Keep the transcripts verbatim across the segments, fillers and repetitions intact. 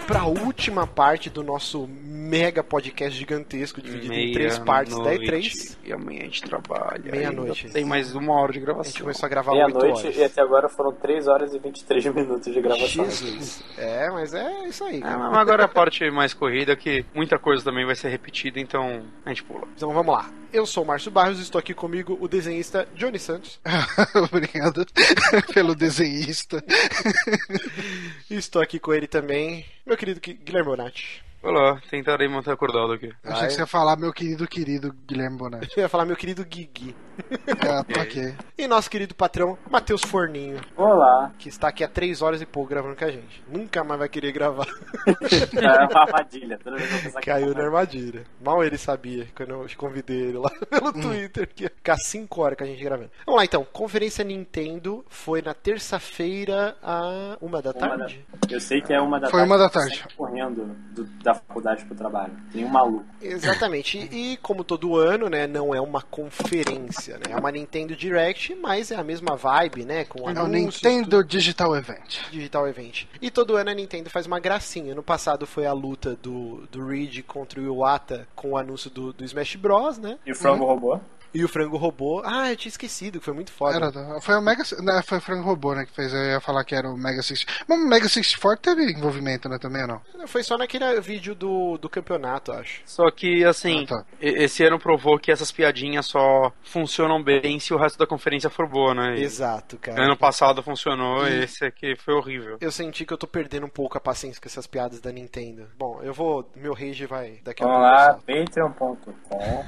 pra última parte do nosso mega podcast gigantesco, dividido Meia em três partes da E três. E amanhã a gente trabalha. Meia-noite. Tem mais uma hora de gravação. A gente começou a gravar Meia-noite e até agora foram três horas e vinte e três minutos de gravação. Jesus. É, mas é isso aí. É, mas agora a parte mais corrida, que muita coisa também vai ser repetida, então a gente pula. Então vamos lá. Eu sou o Márcio Barros e estou aqui comigo o desenhista Johnny Santos. Obrigado pelo desenhista. E estou aqui com ele também, meu querido Guilherme Bonatti. Olá, tentarei manter acordado aqui. Eu achei que você ia falar meu querido, querido Guilherme Bonatti. Eu ia falar meu querido Guigui. Ah, tá ok. E nosso querido patrão, Matheus Forninho. Olá. Que está aqui há três horas e pouco gravando com a gente. Nunca mais vai querer gravar. É uma armadilha. Toda vez que eu pensar que Caiu na armadilha. Mal ele sabia, quando eu convidei ele lá pelo Twitter, que ia ficar cinco horas com a gente gravando. Vamos lá então, conferência Nintendo foi na terça-feira a uma da tarde? Uma da... Eu sei que é uma da foi tarde. Foi uma da tarde. Correndo do, da faculdade pro trabalho. Tem um maluco. Exatamente. E, e como todo ano, né, não é uma conferência. Né? É uma Nintendo Direct, mas é a mesma vibe, né? Com é o Nintendo tudo. Digital Event. Digital Event. E todo ano a Nintendo faz uma gracinha. No passado foi a luta do, do Reed contra o Iwata com o anúncio do, do Smash Bros, né? E o frango uhum. robô? E o frango robô. Ah, eu tinha esquecido, que foi muito foda. Era, foi o Mega. Né, foi o frango robô, né? Que fez. Eu ia falar que era o Mega sessenta e quatro. Mas o Mega sessenta e quatro teve envolvimento, né? Também ou não? Foi só naquele vídeo do, do campeonato, acho. Só que, assim, ah, tá. esse ano provou que essas piadinhas só funcionam bem se o resto da conferência for boa, né? E exato, cara. Ano passado funcionou, e esse aqui foi horrível. Eu senti que eu tô perdendo um pouco a paciência com essas piadas da Nintendo. Bom, eu vou. Meu rage vai daqui a pouco. Vamos lá, patreon ponto com.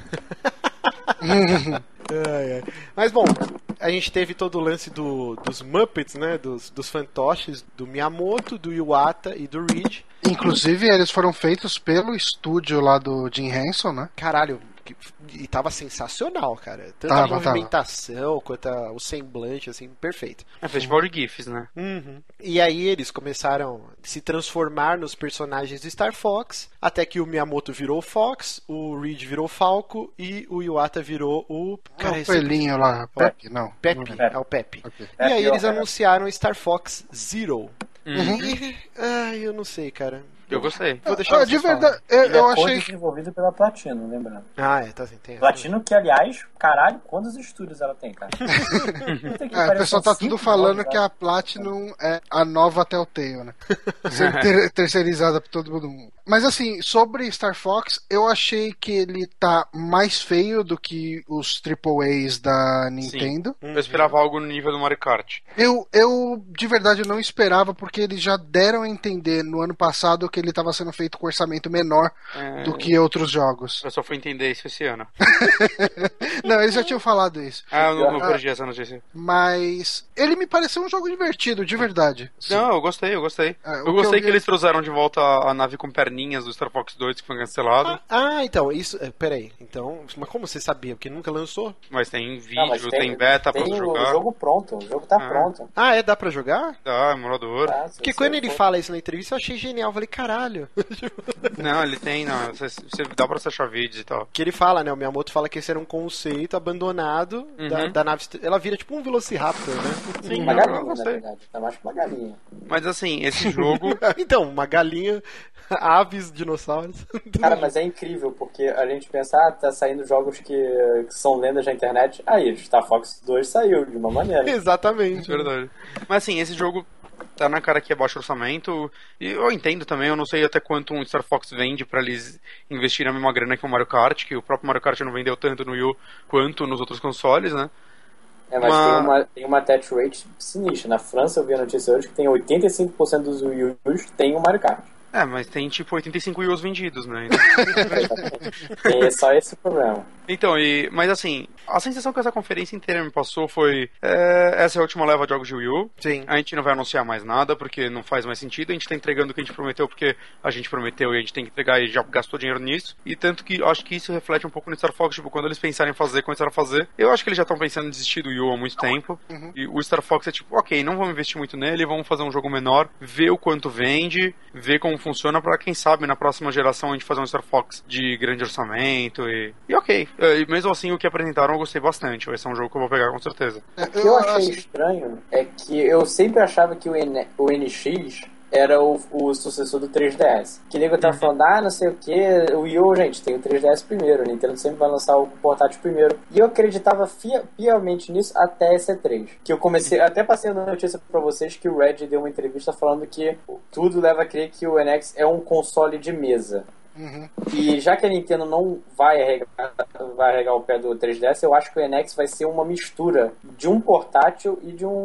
Ai, ai. Mas bom, a gente teve todo o lance do, dos Muppets, né? Dos, dos fantoches, do Miyamoto, do Iwata e do Reed. Inclusive, eles foram feitos pelo estúdio lá do Jim Henson, né? Caralho, e tava sensacional, cara. Tanto tava, a movimentação tava. quanto a, o semblante, assim, perfeito. É festival de GIFs, né? Uhum. E aí eles começaram a se transformar nos personagens do Star Fox, até que o Miyamoto virou o Fox, o Reed virou o Falco e o Iwata virou o... Cara, é o coelhinho lá, Pepe, não. Pepe, é o Pepe. Okay. E aí eles anunciaram Star Fox Zero. Uhum. E, ai, eu não sei, cara. Eu gostei. Vou deixar ah, de verdade, eu, Ele eu é achei desenvolvido pela Platino, lembrando. Ah, é, tá assim, tem. Platino que, aliás, caralho, quantos estúdios ela tem, cara? é, o pessoal tá tudo falando que a Platinum é a nova Telltale, né? Sendo ter, terceirizada por todo mundo. Mas assim, sobre Star Fox, eu achei que ele tá mais feio do que os Triple A's da Nintendo. Sim. Eu esperava algo no nível do Mario Kart. Eu, eu, de verdade, não esperava, porque eles já deram a entender no ano passado que ele estava sendo feito com orçamento menor é... do que outros jogos. Eu só fui entender isso esse ano. Não, eles já tinham falado isso. Ah, eu não, não perdi essa notícia. Mas ele me pareceu um jogo divertido, de verdade. Sim. Não, eu gostei, eu gostei. É, eu gostei que, eu que eles trouxeram de volta a, a nave com perninhas do Star Fox dois, que foi cancelado. Ah, ah então, isso... Peraí, então... Mas como você sabia? Porque nunca lançou? Mas tem vídeo, não, mas tem, tem beta tem pra o jogar. o jogo pronto, o jogo tá ah. pronto. Ah, é? Dá pra jogar? Dá, emulador. Ah, Porque quando ele for... fala isso na entrevista, eu achei genial. Eu falei, caralho. Não, ele tem, não. Você, você dá pra você achar vídeos e tal. Que ele fala, né? O Miyamoto fala que esse era um conceito abandonado uhum. da, da nave. Ela vira tipo um Velociraptor, né? Sim, uma galinha, na verdade. Tá mais que uma galinha. Mas assim, esse jogo. Então, uma galinha, aves, dinossauros. Cara, mas é incrível, porque a gente pensa, ah, tá saindo jogos que, que são lendas na internet. Aí, Star Fox dois saiu de uma maneira. Exatamente. É verdade. Mas assim, esse jogo tá na cara que é baixo orçamento, e eu entendo também, eu não sei até quanto um Star Fox vende pra eles investirem a mesma grana que o Mario Kart, que o próprio Mario Kart não vendeu tanto no Wii U quanto nos outros consoles, né? É, mas uma... tem uma, tem uma attach rate sinistra. Na França eu vi a notícia hoje que tem oitenta e cinco por cento dos Wii U's que tem o Mario Kart. É, mas tem tipo oitenta e cinco Wii U's vendidos, né? É só esse o problema. Então, e, mas assim, a sensação que essa conferência inteira me passou foi é, essa é a última leva de jogos de Wii U. Sim. A gente não vai anunciar mais nada, porque não faz mais sentido. A gente tá entregando o que a gente prometeu, porque a gente prometeu e a gente tem que entregar e já gastou dinheiro nisso. E tanto que eu acho que isso reflete um pouco no Star Fox, tipo, quando eles pensarem em fazer, começaram a fazer. Eu acho que eles já estão pensando em desistir do Wii U há muito tempo. Uhum. E o Star Fox é tipo, ok, não vamos investir muito nele, vamos fazer um jogo menor, ver o quanto vende, ver como funciona, pra quem sabe na próxima geração a gente fazer um Star Fox de grande orçamento e... E ok. E mesmo assim, o que apresentaram eu gostei bastante. Vai ser um jogo que eu vou pegar com certeza. O que eu achei estranho é que eu sempre achava que o, N... o N X era o, o sucessor do três D S. Que nego tava falando, ah, não sei o que, o Wii U, gente, tem o três D S primeiro, o Nintendo sempre vai lançar o portátil primeiro. E eu acreditava fia, fielmente nisso até esse E três. Que eu comecei, até passei a notícia pra vocês que o Red deu uma entrevista falando que tudo leva a crer que o N X é um console de mesa. Uhum. E já que a Nintendo não vai arregar, vai arregar o pé do três D S, eu acho que o N X vai ser uma mistura de um portátil e de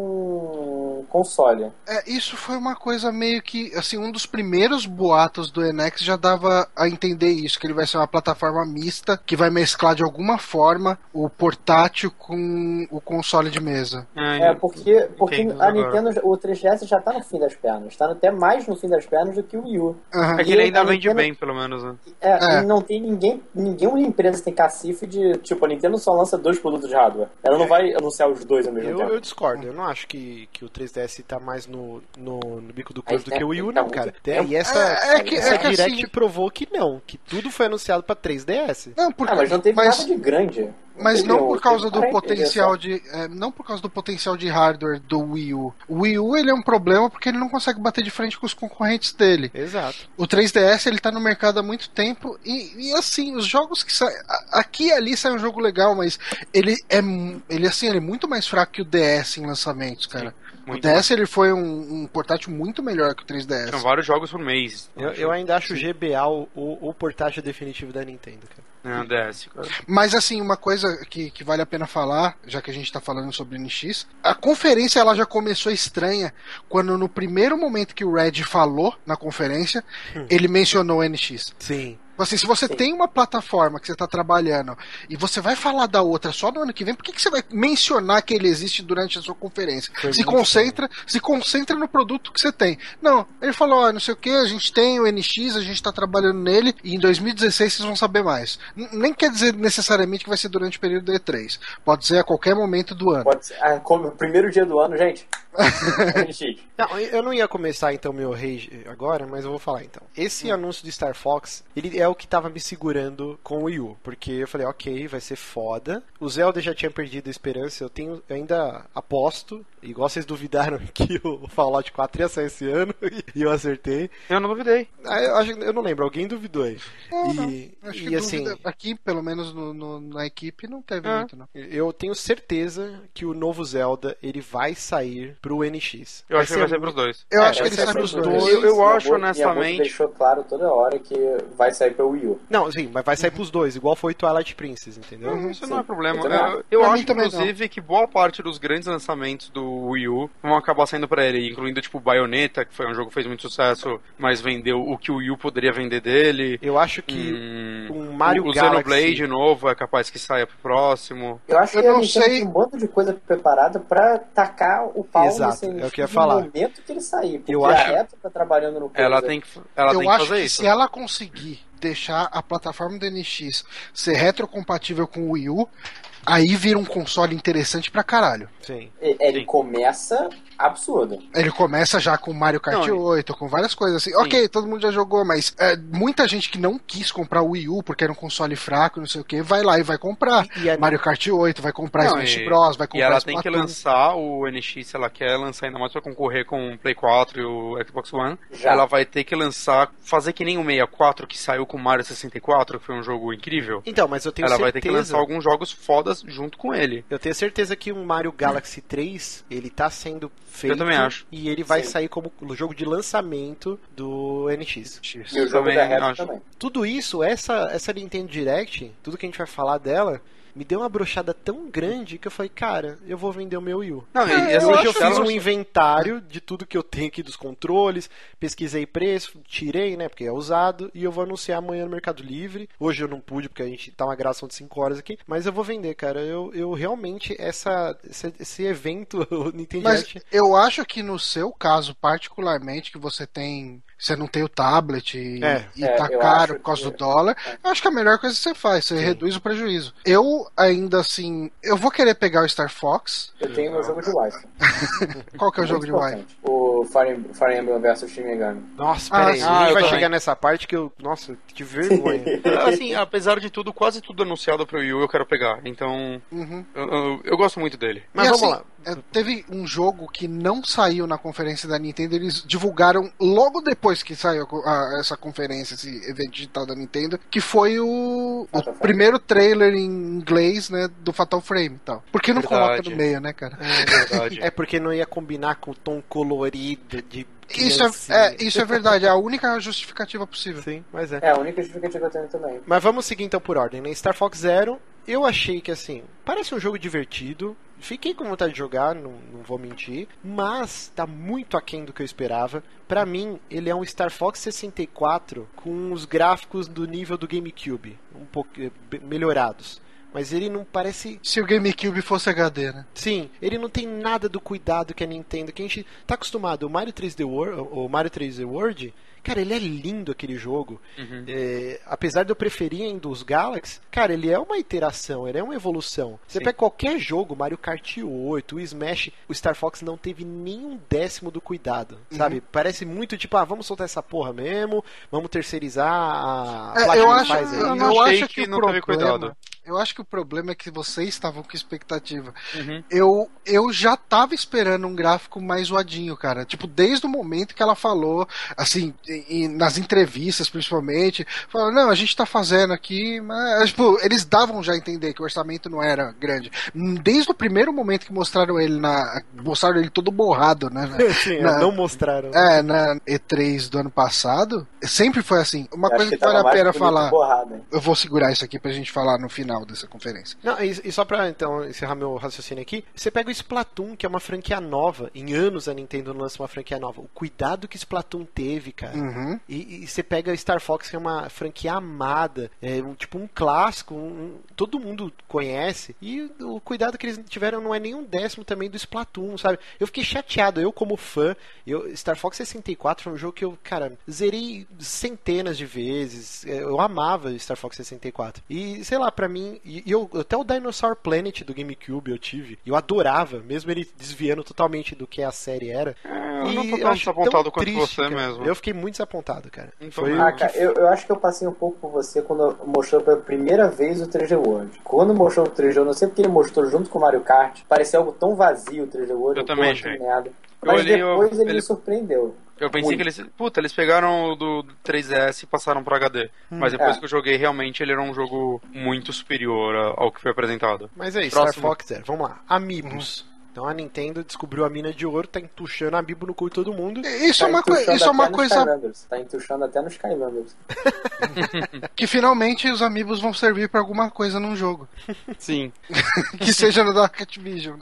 um console. É, isso foi uma coisa meio que, assim, um dos primeiros boatos do N X já dava a entender isso, que ele vai ser uma plataforma mista, que vai mesclar de alguma forma o portátil com o console de mesa. É, porque, porque a Nintendo, o três D S já tá no fim das pernas, tá até mais no fim das pernas do que o Wii U. Uhum. É que ele ainda vende bem, pelo menos. É, é. E não tem ninguém, nenhuma empresa tem cacife de, tipo, a Nintendo só lança dois produtos de hardware. Ela não vai anunciar os dois ao mesmo eu, tempo. Eu discordo, eu não acho que, que o três D S tá mais no, no, no bico do corpo é, do que o Wii U, não, cara. É, e essa, é, é que, essa é que Direct assim... provou que não, que tudo foi anunciado pra três D S. Não, porque, ah, mas não teve mas... nada de grande. Mas não por causa do potencial de é, não por causa do potencial de hardware do Wii U. O Wii U ele é um problema porque ele não consegue bater de frente com os concorrentes dele. Exato. O três D S ele tá no mercado há muito tempo e, e assim, os jogos que saem aqui e ali sai um jogo legal, mas ele é ele assim, ele é muito mais fraco que o D S em lançamentos, cara. Sim, o D S ele foi um, um portátil muito melhor que o três D S. São vários jogos por mês. Eu, eu ainda acho o G B A o, o, o portátil definitivo da Nintendo, cara. Não, D S, cara. Mas assim, uma coisa que, que vale a pena falar, já que a gente tá falando sobre N X, a conferência ela já começou estranha quando no primeiro momento que o Red falou na conferência, hum. ele mencionou o N X. Sim. Assim, se você Sim. tem uma plataforma que você está trabalhando e você vai falar da outra só no ano que vem, por que, que você vai mencionar que ele existe durante a sua conferência? Foi se concentra, bom. se concentra no produto que você tem. Não, ele falou, ó, não sei o que, a gente tem o N X, a gente está trabalhando nele e em dois mil e dezesseis vocês vão saber mais. N- nem quer dizer necessariamente que vai ser durante o período do E três. Pode ser a qualquer momento do ano. Pode ser, ah, como o primeiro dia do ano, gente. Não, eu não ia começar então meu rage agora, mas eu vou falar então. Esse hum. anúncio de Star Fox, ele é o que tava me segurando com o Wii U, porque eu falei, ok, vai ser foda. O Zelda já tinha perdido a esperança, eu tenho, eu ainda aposto, igual vocês duvidaram que o Fallout quatro ia sair esse ano, e eu acertei. Eu não duvidei. Ah, eu, acho, eu não lembro, alguém duvidou aí. Não, e, não. Acho e que assim, dúvida, aqui, pelo menos no, no, na equipe, não teve ah, muito, não. Eu tenho certeza que o novo Zelda, ele vai sair pro N X. Eu vai acho que vai ser pros dois. Eu é, acho que ele sai pros dois. dois. Eu, eu acho, Boa, honestamente... deixou claro toda hora que vai sair pro Wii U. Não, sim, mas vai sair pros dois, igual foi Twilight Princess, entendeu? Uhum, isso sim. não é problema. Eu, eu, eu acho, inclusive, não. que boa parte dos grandes lançamentos do Wii U vão acabar saindo pra ele, incluindo, tipo, Bayonetta, que foi um jogo que fez muito sucesso, mas vendeu o que o Wii U poderia vender dele. Eu acho que hum, um Mario o, o Galaxy... O Xenoblade novo é capaz que saia pro próximo. Eu acho eu que não a Nintendo sei... tem um monte de coisa preparada pra tacar o pau Exato, nesse é o que eu ia no falar. momento que ele sair. Porque Eu a acho... Retro tá trabalhando no coisa. Ela tem que, ela eu tem que acho fazer que isso. Se ela conseguir deixar a plataforma do N X ser retrocompatível com o Wii U, aí vira um console interessante pra caralho. Sim. Ele Sim. começa absurdo. Ele começa já com Mario Kart não, oito, com várias coisas assim. Sim. Ok, todo mundo já jogou, mas é, muita gente que não quis comprar o Wii U porque era um console fraco, não sei o que, vai lá e vai comprar e, e Mario Kart oito, vai comprar não, Smash e, Bros, vai comprar E ela Splatoon. tem que lançar o N X, se ela quer lançar ainda mais pra concorrer com o Play quatro e o Xbox One, já. Ela vai ter que lançar, fazer que nem o sessenta e quatro que saiu com o Mario sessenta e quatro, que foi um jogo incrível. Então, mas eu tenho ela certeza... vai ter que lançar alguns jogos fodas junto com ele. Eu tenho certeza que o Mario Galaxy três, ele tá sendo feito. Eu também acho. E ele vai Sim. sair como o jogo de lançamento do N X. E o jogo também da Retro acho. também. Tudo isso, essa, essa Nintendo Direct, tudo que a gente vai falar dela, me deu uma brochada tão grande que eu falei, cara, eu vou vender o meu Wii U. Não, e, e assim, hoje eu fiz ela... um inventário de tudo que eu tenho aqui dos controles, pesquisei preço, tirei, né, porque é usado, e eu vou anunciar amanhã no Mercado Livre. Hoje eu não pude, porque a gente tá uma gravação de cinco horas aqui, mas eu vou vender, cara. Eu, eu realmente, essa, esse, esse evento, o Nintendo Mas Direct... eu acho que no seu caso, particularmente, que você tem... Você não tem o tablet e, É. e É, tá eu caro acho por causa que- do dólar. é. Eu acho que a melhor coisa que você faz, você Sim. reduz o prejuízo. Eu ainda assim, eu vou querer pegar o Star Fox. Eu tenho meu jogo de Wi-Fi. Qual que é o jogo Muito de Wi-Fi? importante. O Fire, Em- Fire Emblem versus Shin Megami. Nossa, Ah, peraí, sim. a Ah, gente eu vai também. chegar nessa parte que eu... Nossa, que vergonha. Assim, apesar de tudo, quase tudo anunciado pro Wii U eu quero pegar. Então, Uhum. eu, eu, eu gosto muito dele. Mas E vamos assim, lá, É, teve um jogo que não saiu na conferência da Nintendo, eles divulgaram logo depois que saiu a, a, essa conferência, esse evento digital da Nintendo, que foi o, o primeiro trailer em inglês, né, do Fatal Frame e tal. Por que não verdade. Coloca no meio, né, cara? É verdade. É porque não ia combinar com o tom colorido de... Isso é, é, isso é verdade, é a única justificativa possível. Sim, mas é. É a única justificativa que eu tenho também. Mas vamos seguir então por ordem, né? Star Fox Zero, eu achei que assim, parece um jogo divertido. Fiquei com vontade de jogar, não, não vou mentir, mas tá muito aquém do que eu esperava. Pra mim, ele é um Star Fox sessenta e quatro com os gráficos do nível do GameCube, um pouco melhorados. Mas ele não parece... Se o GameCube fosse H D, né? Sim, ele não tem nada do cuidado que a Nintendo... Que a gente tá acostumado. O Mario três D World, o Mario três D World... Cara, ele é lindo aquele jogo. Uhum. É, apesar de eu preferir ainda os Galaxy, cara, ele é uma iteração, ele é uma evolução. Você Sim. pega qualquer jogo, Mario Kart oito, o Smash, o Star Fox não teve nenhum décimo do cuidado, uhum. sabe? Parece muito tipo, ah, vamos soltar essa porra mesmo, vamos terceirizar a... É, eu acho, faz aí. Eu, eu acho que, que não teve cuidado. Eu acho que o problema é que vocês estavam com expectativa. Uhum. Eu, eu já tava esperando um gráfico mais zoadinho, cara. Tipo, desde o momento que ela falou, assim, e, e nas entrevistas principalmente, falou, não, a gente tá fazendo aqui, mas, tipo, eles davam já a entender que o orçamento não era grande. Desde o primeiro momento que mostraram ele na... Mostraram ele todo borrado, né? Sim, na, não mostraram. É, na E três do ano passado, sempre foi assim. Uma eu coisa que, que vale a pena falar... Borrado, eu vou segurar isso aqui pra gente falar no final dessa conferência. Não, e, e só pra então encerrar meu raciocínio aqui, você pega o Splatoon, que é uma franquia nova, em anos a Nintendo lança uma franquia nova, o cuidado que Splatoon teve, cara, uhum. e, e você pega Star Fox, que é uma franquia amada, é um, tipo um clássico, um, todo mundo conhece, e o cuidado que eles tiveram não é nem um décimo também do Splatoon, sabe? Eu fiquei chateado, eu como fã, eu, Star Fox sessenta e quatro foi um jogo que eu, cara, zerei centenas de vezes, eu amava Star Fox sessenta e quatro, e sei lá, pra mim E eu, até o Dinosaur Planet do GameCube eu tive. Eu adorava, mesmo ele desviando totalmente do que a série era. É, eu e não tô tão desapontado quanto triste, você cara. mesmo. Eu fiquei muito desapontado, cara. Então, Foi ah, cara, que... eu, eu acho que eu passei um pouco por você quando mostrou pela primeira vez o três D World. Quando mostrou o três D World, não sei porque ele mostrou junto com o Mario Kart, parecia algo tão vazio o três D World. Eu também achei. Mas olhei, depois eu, ele, ele me surpreendeu. Eu pensei muito. que eles... Puta, eles pegaram o do três D S e passaram pro H D. Hum, mas depois é. que eu joguei, realmente, ele era um jogo muito superior ao que foi apresentado. Mas é isso, Próximo. Star Fox Zero. Vamos lá. Amiibos. Hum. Então a Nintendo descobriu a mina de ouro, tá entuchando Amiibo no cu de todo mundo. Isso tá é uma, coi- isso é uma coisa... Skylanders. Tá entuchando até nos Skylanders. Que finalmente os Amiibos vão servir pra alguma coisa num jogo. Sim. Que seja no da Activision.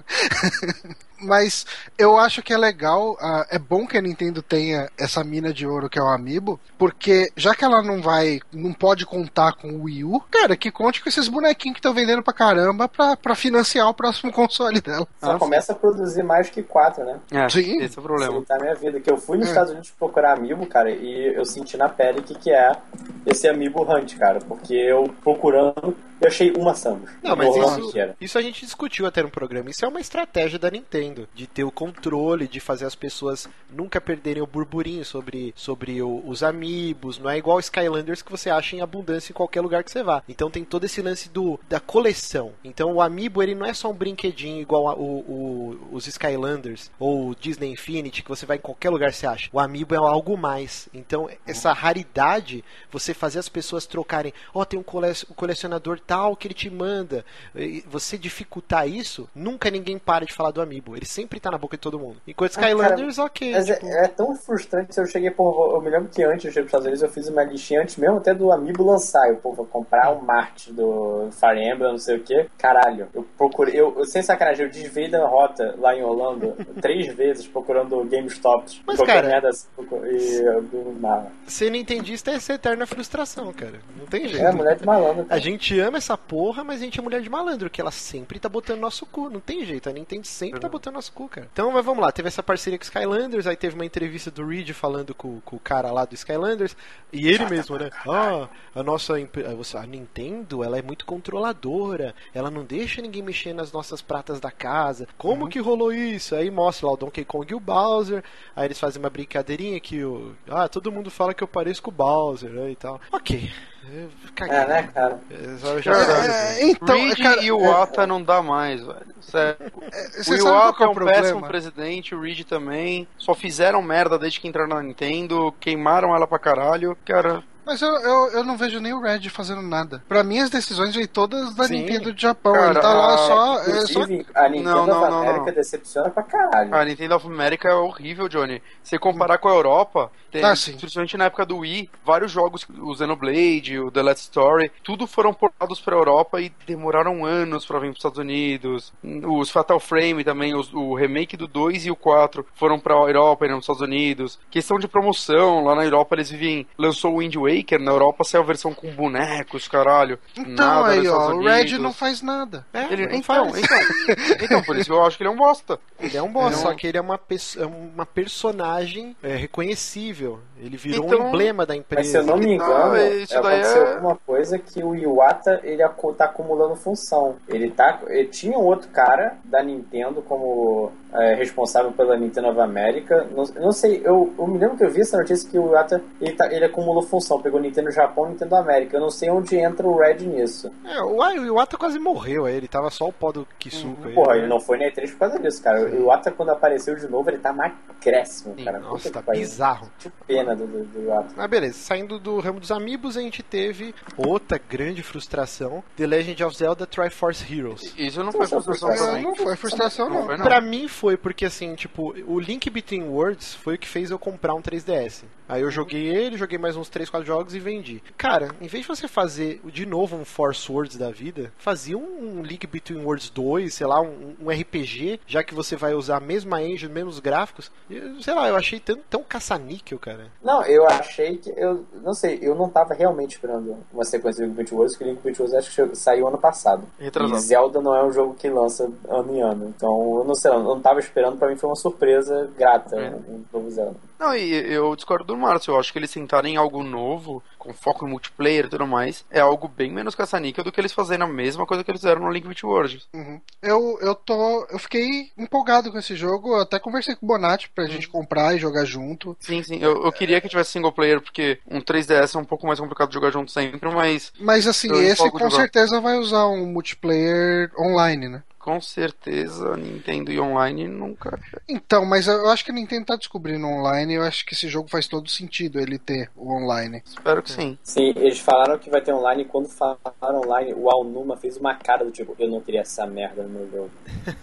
Mas eu acho que é legal, uh, é bom que a Nintendo tenha essa mina de ouro que é o Amiibo, porque já que ela não vai, não pode contar com o Wii U, cara, que conte com esses bonequinhos que estão vendendo pra caramba pra, pra financiar o próximo console dela. Só ah, começa sim. a produzir mais que quatro, né? É, sim. Esse é o problema. Tá na minha vida, que eu fui nos é. Estados Unidos procurar Amiibo, cara, e eu senti na pele o que, que é esse Amiibo Hunt, cara, porque eu procurando, eu achei uma Samus. Não, mas isso, isso a gente discutiu até no programa, isso é uma estratégia da Nintendo. De ter o controle, de fazer as pessoas nunca perderem o burburinho sobre, sobre o, os Amiibos. Não é igual Skylanders que você acha em abundância em qualquer lugar que você vá. Então tem todo esse lance do, da coleção. Então o Amiibo, ele não é só um brinquedinho igual a, o, o, os Skylanders ou o Disney Infinity, que você vai em qualquer lugar que você acha. O Amiibo é algo mais. Então essa raridade, você fazer as pessoas trocarem, ó, oh, tem um, cole, um colecionador tal que ele te manda. E você dificultar isso, nunca ninguém para de falar do Amiibo. Ele sempre tá na boca de todo mundo. Enquanto Skylanders, ah, cara, ok. Mas tipo... é, é tão frustrante. Se eu cheguei, pô, eu me lembro que antes de eu chegar pros Estados Unidos, eu fiz uma listinha antes mesmo até do Amiibo lançar. Eu, pô, vou comprar um Marte do Fire Emblem, não sei o que. Caralho, eu procurei, eu, sem sacanagem, eu desviei da rota lá em Orlando três vezes procurando GameStops. Mas, cara, merda assim, e eu nada. Ser nintendista é essa eterna frustração, cara. Não tem jeito. É, mulher de malandro. Cara. A gente ama essa porra, mas a gente é mulher de malandro, que ela sempre tá botando nosso cu. Não tem jeito, a Nintendo sempre uhum. tá botando nosso cu, cara. Então, mas vamos lá, teve essa parceria com Skylanders, aí teve uma entrevista do Reed falando com, com o cara lá do Skylanders, e ele mesmo, né? Ah, a nossa a Nintendo, ela é muito controladora, ela não deixa ninguém mexer nas nossas pratas da casa. Como uhum. que rolou isso? Aí mostra lá o Donkey Kong e o Bowser, aí eles fazem uma brincadeirinha que o ah, todo mundo fala que eu pareço com o Bowser, né, e tal. Ok. Caguei. É, né, cara? Eu já é, então, Reed cara, e o Iwata é, não dá mais, velho. Sério. É, o Iwata é um problema? péssimo presidente, o Reed também. Só fizeram merda desde que entraram na Nintendo, queimaram ela pra caralho. Cara... Mas eu, eu, eu não vejo nem o Red fazendo nada. Pra mim, as decisões vêm todas da Sim. Nintendo de Japão. Cara, ele tá lá a... só, é, só... A Nintendo não, não, of America não. decepciona pra caralho. A Nintendo of America é horrível, Johnny. Se comparar hum. com a Europa, tem, ah, principalmente na época do Wii, vários jogos, o Xenoblade, o The Last Story, tudo foram portados pra Europa e demoraram anos pra vir pros Estados Unidos. Os Fatal Frame também, os, o remake do dois e o quatro foram pra Europa e não pros Estados Unidos. Questão de promoção, lá na Europa eles vivem... Lançou o Wind Waker, na Europa saiu a versão com bonecos, caralho. Então nada aí, ó, o Red não faz nada. É, ele não então, faz. Então, então, por isso eu acho que ele é um bosta. Ele é um bosta, é um... só que ele é uma, é uma personagem é, reconhecível. Ele virou então, um emblema da empresa. Mas se eu não me engano, ah, isso é, daí aconteceu é... alguma coisa que o Iwata, ele tá acumulando função. Ele tá, ele tinha um outro cara da Nintendo como é, responsável pela Nintendo of America. Não, não sei, eu, eu me lembro que eu vi essa notícia que o Iwata, ele, tá, ele acumulou função. Pegou Nintendo Japão e Nintendo América. Eu não sei onde entra o Red nisso. É, o, o Iwata quase morreu aí. Ele tava só o pó do Kisuka. Uhum. Porra, ele não foi na E três por causa disso, cara. Sim. O Iwata, quando apareceu de novo, ele tá magréssimo, Sim, cara. Nossa, tá bizarro. Que pena do, do, do Iwata. Ah, beleza. Saindo do ramo dos Amiibos, a gente teve outra grande frustração. The Legend of Zelda Triforce Heroes. Isso não foi frustração também. Não foi frustração, não. não. Pra mim foi porque, assim, tipo, o Link Between Worlds foi o que fez eu comprar um três D S. Aí eu joguei ele, joguei mais uns três, quatro jogos e vendi. Cara, em vez de você fazer de novo um Force Worlds da vida, fazia um Link Between Worlds dois, sei lá, um, um R P G, já que você vai usar a mesma engine, mesmos gráficos. E, sei lá, eu achei tão, tão caça-níquel, cara. Não, eu achei que... Eu não sei, eu não tava realmente esperando uma sequência de Link Between Worlds, porque Link Between Worlds acho que saiu ano passado. Retrasado. E Zelda não é um jogo que lança ano em ano. Então, eu não sei, eu não tava esperando, pra mim foi uma surpresa grata é. um novo Zelda. Não, e eu discordo do Márcio, eu acho que eles tentarem algo novo, com foco em multiplayer e tudo mais, é algo bem menos caça-níquel do que eles fazerem a mesma coisa que eles fizeram no Link Between Worlds. Uhum. Eu, eu tô. Eu fiquei empolgado com esse jogo, eu até conversei com o Bonatti pra uhum. gente comprar e jogar junto. Sim, sim. Eu, eu queria que tivesse single player, porque um três D S é um pouco mais complicado de jogar junto sempre, mas. Mas assim, esse com certeza vai usar um multiplayer online, né? Com certeza, Nintendo e online nunca... Então, mas eu acho que a Nintendo tá descobrindo online e eu acho que esse jogo faz todo sentido ele ter o online. Espero que sim. Sim, eles falaram que vai ter online e quando falaram online, o Aonuma fez uma cara do tipo, eu não queria essa merda no meu jogo.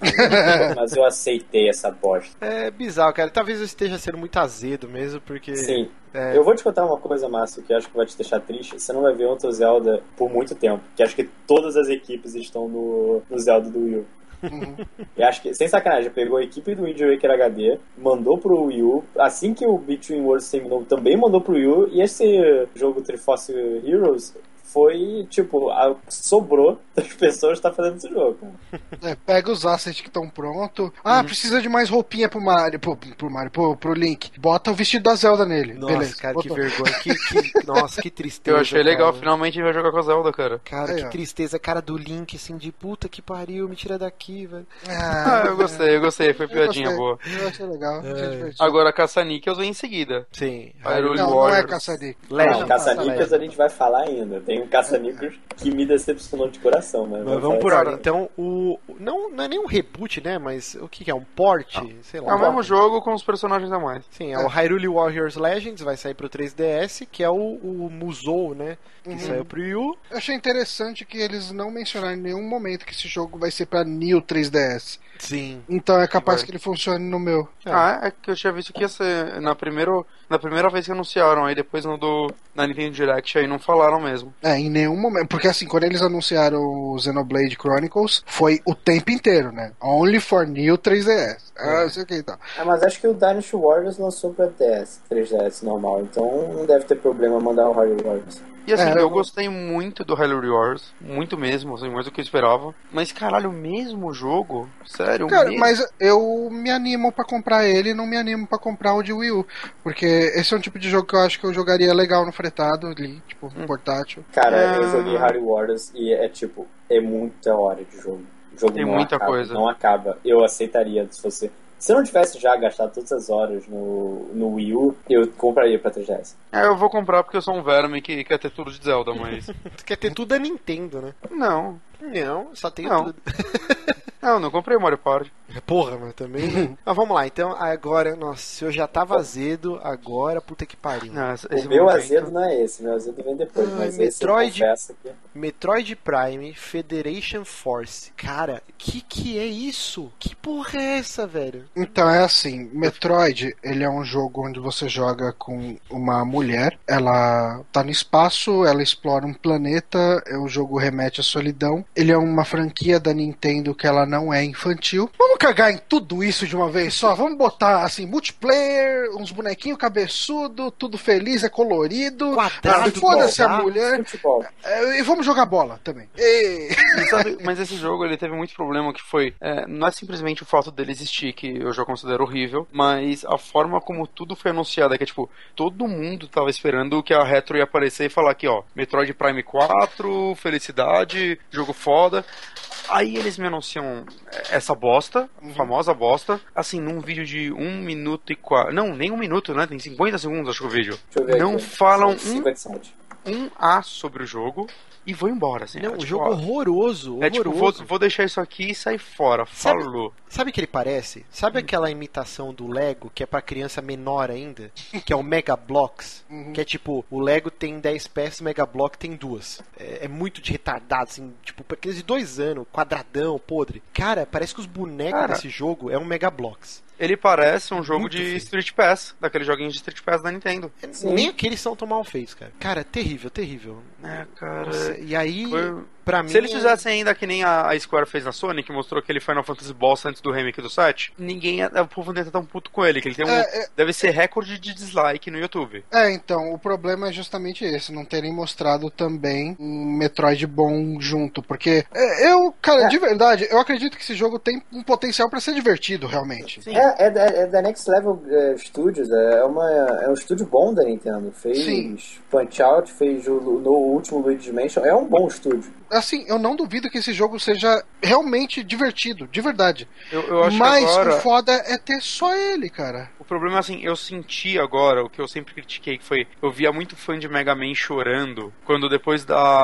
Mas eu aceitei essa bosta. É bizarro, cara. Talvez eu esteja sendo muito azedo mesmo, porque... Sim. É... Eu vou te contar uma coisa, Márcio, que acho que vai te deixar triste. Você não vai ver outro Zelda por muito tempo. Que acho que todas as equipes estão no, no Zelda do Wii U. Uhum. E acho que, sem sacanagem, pegou a equipe do Wind Waker H D, mandou pro Wii U. Assim que o Between Worlds terminou, também mandou pro Wii U. E esse jogo Triforce Heroes foi, tipo, a, sobrou das pessoas que tá fazendo esse jogo. É, pega os assets que estão prontos. Ah, uhum. precisa de mais roupinha pro Mario, pro, pro Mario, pro, pro Link. Bota o vestido da Zelda nele. Nossa, beleza. cara, botou. que vergonha. Que, que, nossa, que tristeza. Eu achei legal, cara. finalmente vai jogar com a Zelda, cara. Cara, Aí, que ó. tristeza. Cara do Link, assim, de puta que pariu, me tira daqui, velho. Ah, eu gostei, eu gostei. Foi piadinha eu boa. Eu achei legal, é. achei divertido. Agora, Caça-Níqueis vem em seguida. Sim. Hyrule não, Warriors. não é Caça-Níqueis. Não, Caça-Níqueis a gente vai falar ainda. Tem um Caça-Níqueis que me decepcionou de coração, mas, mas vamos por ordem. Então, o não, não é nem um reboot, né? Mas o que, que é? Um port? Não. Sei lá. É o um mesmo port. jogo com os personagens a mais. Sim, é, é o Hyrule Warriors Legends, vai sair pro três D S, que é o, o Musou, né? Que uhum. saiu pro Wii U. Eu achei interessante que eles não mencionaram em nenhum momento que esse jogo vai ser pra New três D S. Sim. Então é capaz vai. que ele funcione no meu. É. Ah, é que eu tinha visto que ia ser na primeira, na primeira vez que anunciaram, aí depois no do, na Nintendo Direct aí não falaram mesmo. É, em nenhum momento. Porque assim, quando eles anunciaram o Xenoblade Chronicles, foi o tempo inteiro, né? Only for New três D S. Ah, não sei o que e tal. Ah, mas acho que o Dynasty Warriors lançou pra D S, três D S normal, então não deve ter problema mandar o Hyrule Warriors. E assim, é, eu gostei muito do Hyrule Warriors, muito mesmo, assim, mais do que eu esperava. Mas caralho, o mesmo jogo? Sério? Cara, mesmo? mas eu me animo pra comprar ele e não me animo pra comprar o de Wii U. Porque esse é um tipo de jogo que eu acho que eu jogaria legal no fretado ali, tipo, hum. portátil. Cara, é... eu joguei Hyrule Warriors e é tipo, é muita hora de jogo. O jogo Tem não muita acaba, coisa. Não acaba. Eu aceitaria se fosse Se eu não tivesse já gastado todas as horas no, no Wii U, eu compraria pra três D S. É, eu vou comprar porque eu sou um verme que quer ter tudo de Zelda, mas... Tu quer ter tudo da Nintendo, né? Não. Não, só tenho Não. tudo. Não, não comprei o Mario Party. Porra, mas também. Né? Mas vamos lá, então agora, nossa, se eu já tava azedo, agora puta que pariu. Não, esse o meu momento... azedo não é esse, meu azedo vem depois, Ai, mas Metroid, esse eu confesso que... Metroid Prime Federation Force. Cara, que que é isso? Que porra é essa, velho? Então é assim, Metroid, ele é um jogo onde você joga com uma mulher, ela tá no espaço, ela explora um planeta, o jogo remete à solidão. Ele é uma franquia da Nintendo que ela não é infantil. Vamos cagar em tudo isso de uma vez só? Vamos botar assim, multiplayer, uns bonequinhos cabeçudo, tudo feliz, é colorido. Quadrado, ah, foda-se a tá? mulher. É, e vamos jogar bola também. E... E sabe, mas esse jogo ele teve muito problema que foi, é, não é simplesmente o fato dele existir, que eu já considero horrível, mas a forma como tudo foi anunciado, que é tipo, todo mundo tava esperando que a Retro ia aparecer e falar aqui, ó, Metroid Prime quatro, felicidade, jogo foda. Aí eles me anunciam essa bosta, uhum. famosa bosta, assim, num vídeo de um minuto e quatro. Não, nem um minuto, né? Tem cinquenta segundos, acho que o vídeo. Não aqui. falam um, um A sobre o jogo e vou embora, assim. Não, é, um tipo, jogo horroroso, horroroso. É tipo, vou, vou deixar isso aqui e sair fora. Sabe, falou. Sabe o que ele parece? Sabe aquela imitação do Lego, que é pra criança menor ainda? Que é o Mega Bloks? Uhum. Que é tipo, o Lego tem dez peças, o Mega Block tem duas. É, é muito de retardado, assim, tipo, pra criança de dois anos, quadradão, podre. Cara, parece que os bonecos Cara. desse jogo é um Mega Bloks. Ele parece um jogo Muito de feio. Street Pass, daqueles joguinhos de Street Pass da Nintendo. Sim. Nem aqueles são tão mal feitos, cara. Cara, terrível, terrível. É, cara... Nossa, e aí, foi... pra mim... Se eles fizessem ainda que nem a Square fez na Sony, que mostrou aquele Final Fantasy Boss antes do remake do sete, ninguém... O povo deve estar tão puto com ele, que ele tem um... É, é... Deve ser recorde de dislike no YouTube. É, então, o problema é justamente esse, não terem mostrado também um Metroid bom junto, porque eu, cara, é. de verdade, eu acredito que esse jogo tem um potencial pra ser divertido, realmente. Sim. É, é, da, é da Next Level uh, Studios, é, uma, é um estúdio bom da Nintendo. Fez Sim. Punch-Out, fez o, no último Luigi's Mansion, é um bom estúdio. Assim, eu não duvido que esse jogo seja realmente divertido, de verdade. Eu, eu acho Mas que agora... o foda é ter só ele, cara. O problema é assim, eu senti agora, o que eu sempre critiquei, que foi, eu via muito fã de Mega Man chorando, quando depois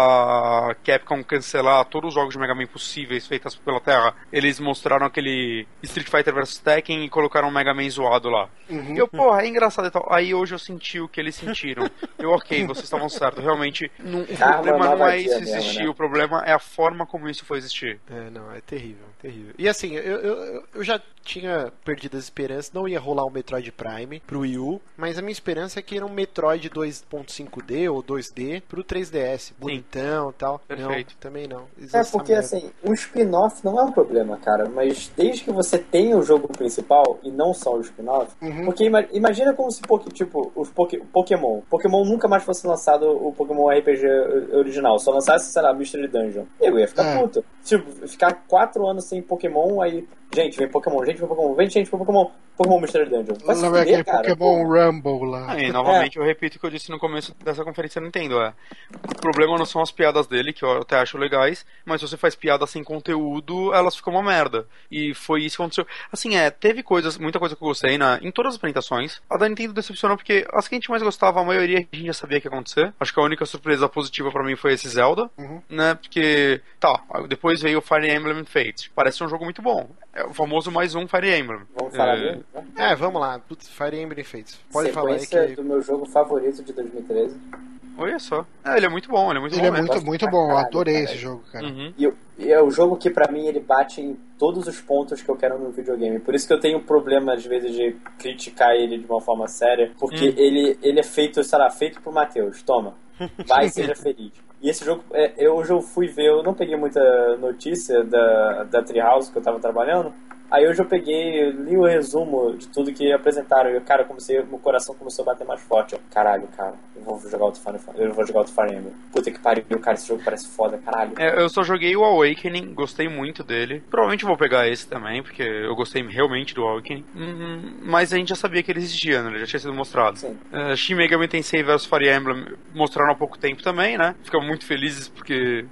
da Capcom cancelar todos os jogos de Mega Man possíveis feitos pela Terra, eles mostraram aquele Street Fighter versus. Tekken e colocaram um Mega Man zoado lá. Uhum. Eu, porra, é engraçado e tal. Aí hoje eu senti o que eles sentiram. Eu, ok, vocês estavam certos. Realmente, não, o ah, problema não é isso existir, mesmo, né? O problema é a forma como isso foi existir. É, não, é terrível, terrível. E assim, eu, eu, eu já tinha perdido as esperanças, não ia rolar um Metroid Prime pro Wii U, mas a minha esperança é que era um Metroid dois ponto cinco D ou dois D pro três D S, bonitão e tal. Perfeito. Não, também não. É, porque assim, um spin-off não é um problema, cara, mas desde que você tenha o jogo principal e não só o spin-off, uhum. porque ima- imagina como se, tipo, os Poké- Pokémon, Pokémon nunca mais fosse lançado o Pokémon R P G original, só lançasse, sei lá, Mystery Dungeon. Eu ia ficar é. puto. Tipo, ficar quatro anos sem Pokémon, aí, gente, vem Pokémon, gente, vem Pokémon, vem gente, vem Pokémon, Pokémon Mystery Dungeon. Vai se fuder, cara. Pokémon pô. Rumble lá. Ah, e novamente é. eu repito o que eu disse no começo dessa conferência Nintendo, é, o problema não são as piadas dele, que eu até acho legais, mas se você faz piada sem conteúdo, elas ficam uma merda. E foi isso que aconteceu. Assim, é, teve coisas, muita coisa que eu gostei na, em todas as apresentações. A da Nintendo decepcionou porque as que a gente mais gostava, a maioria a gente já sabia que ia acontecer. Acho que a única surpresa positiva pra mim foi esse Zelda, uhum. né, porque, tá, depois veio o Fire Emblem Fates. Parece um jogo muito bom. É o famoso mais um Fire Emblem. Vamos falar é... dele? É, vamos lá. Putz, Fire Emblem Fates. Pode Sequência falar aí que... do meu jogo favorito de dois mil e treze. Olha só. É, ele é muito bom, ele é muito ele bom. Ele é muito, muito bom, eu adorei cara. esse jogo, cara. Uhum. E, e é o jogo que pra mim ele bate em todos os pontos que eu quero no videogame. Por isso que eu tenho um problema às vezes de criticar ele de uma forma séria, porque hum. ele, ele é feito, sei lá, feito pro Matheus. Toma, vai e seja feliz. E esse jogo, é, eu, hoje eu fui ver, eu não peguei muita notícia da, da Treehouse que eu tava trabalhando. Aí hoje eu peguei, li o resumo de tudo que apresentaram e, cara, comecei, meu coração começou a bater mais forte. Ó. Caralho, cara, eu vou jogar outro Fire Emblem. Eu vou jogar outro Fire Emblem. Puta que pariu, cara, esse jogo parece foda, caralho. É, eu só joguei o Awakening, gostei muito dele. Provavelmente vou pegar esse também, porque eu gostei realmente do Awakening. Uhum, mas a gente já sabia que ele existia, né? Ele já tinha sido mostrado. Sim. Uh, Shin Megami Tensei versus Fire Emblem mostraram há pouco tempo também, né? Ficamos muito felizes porque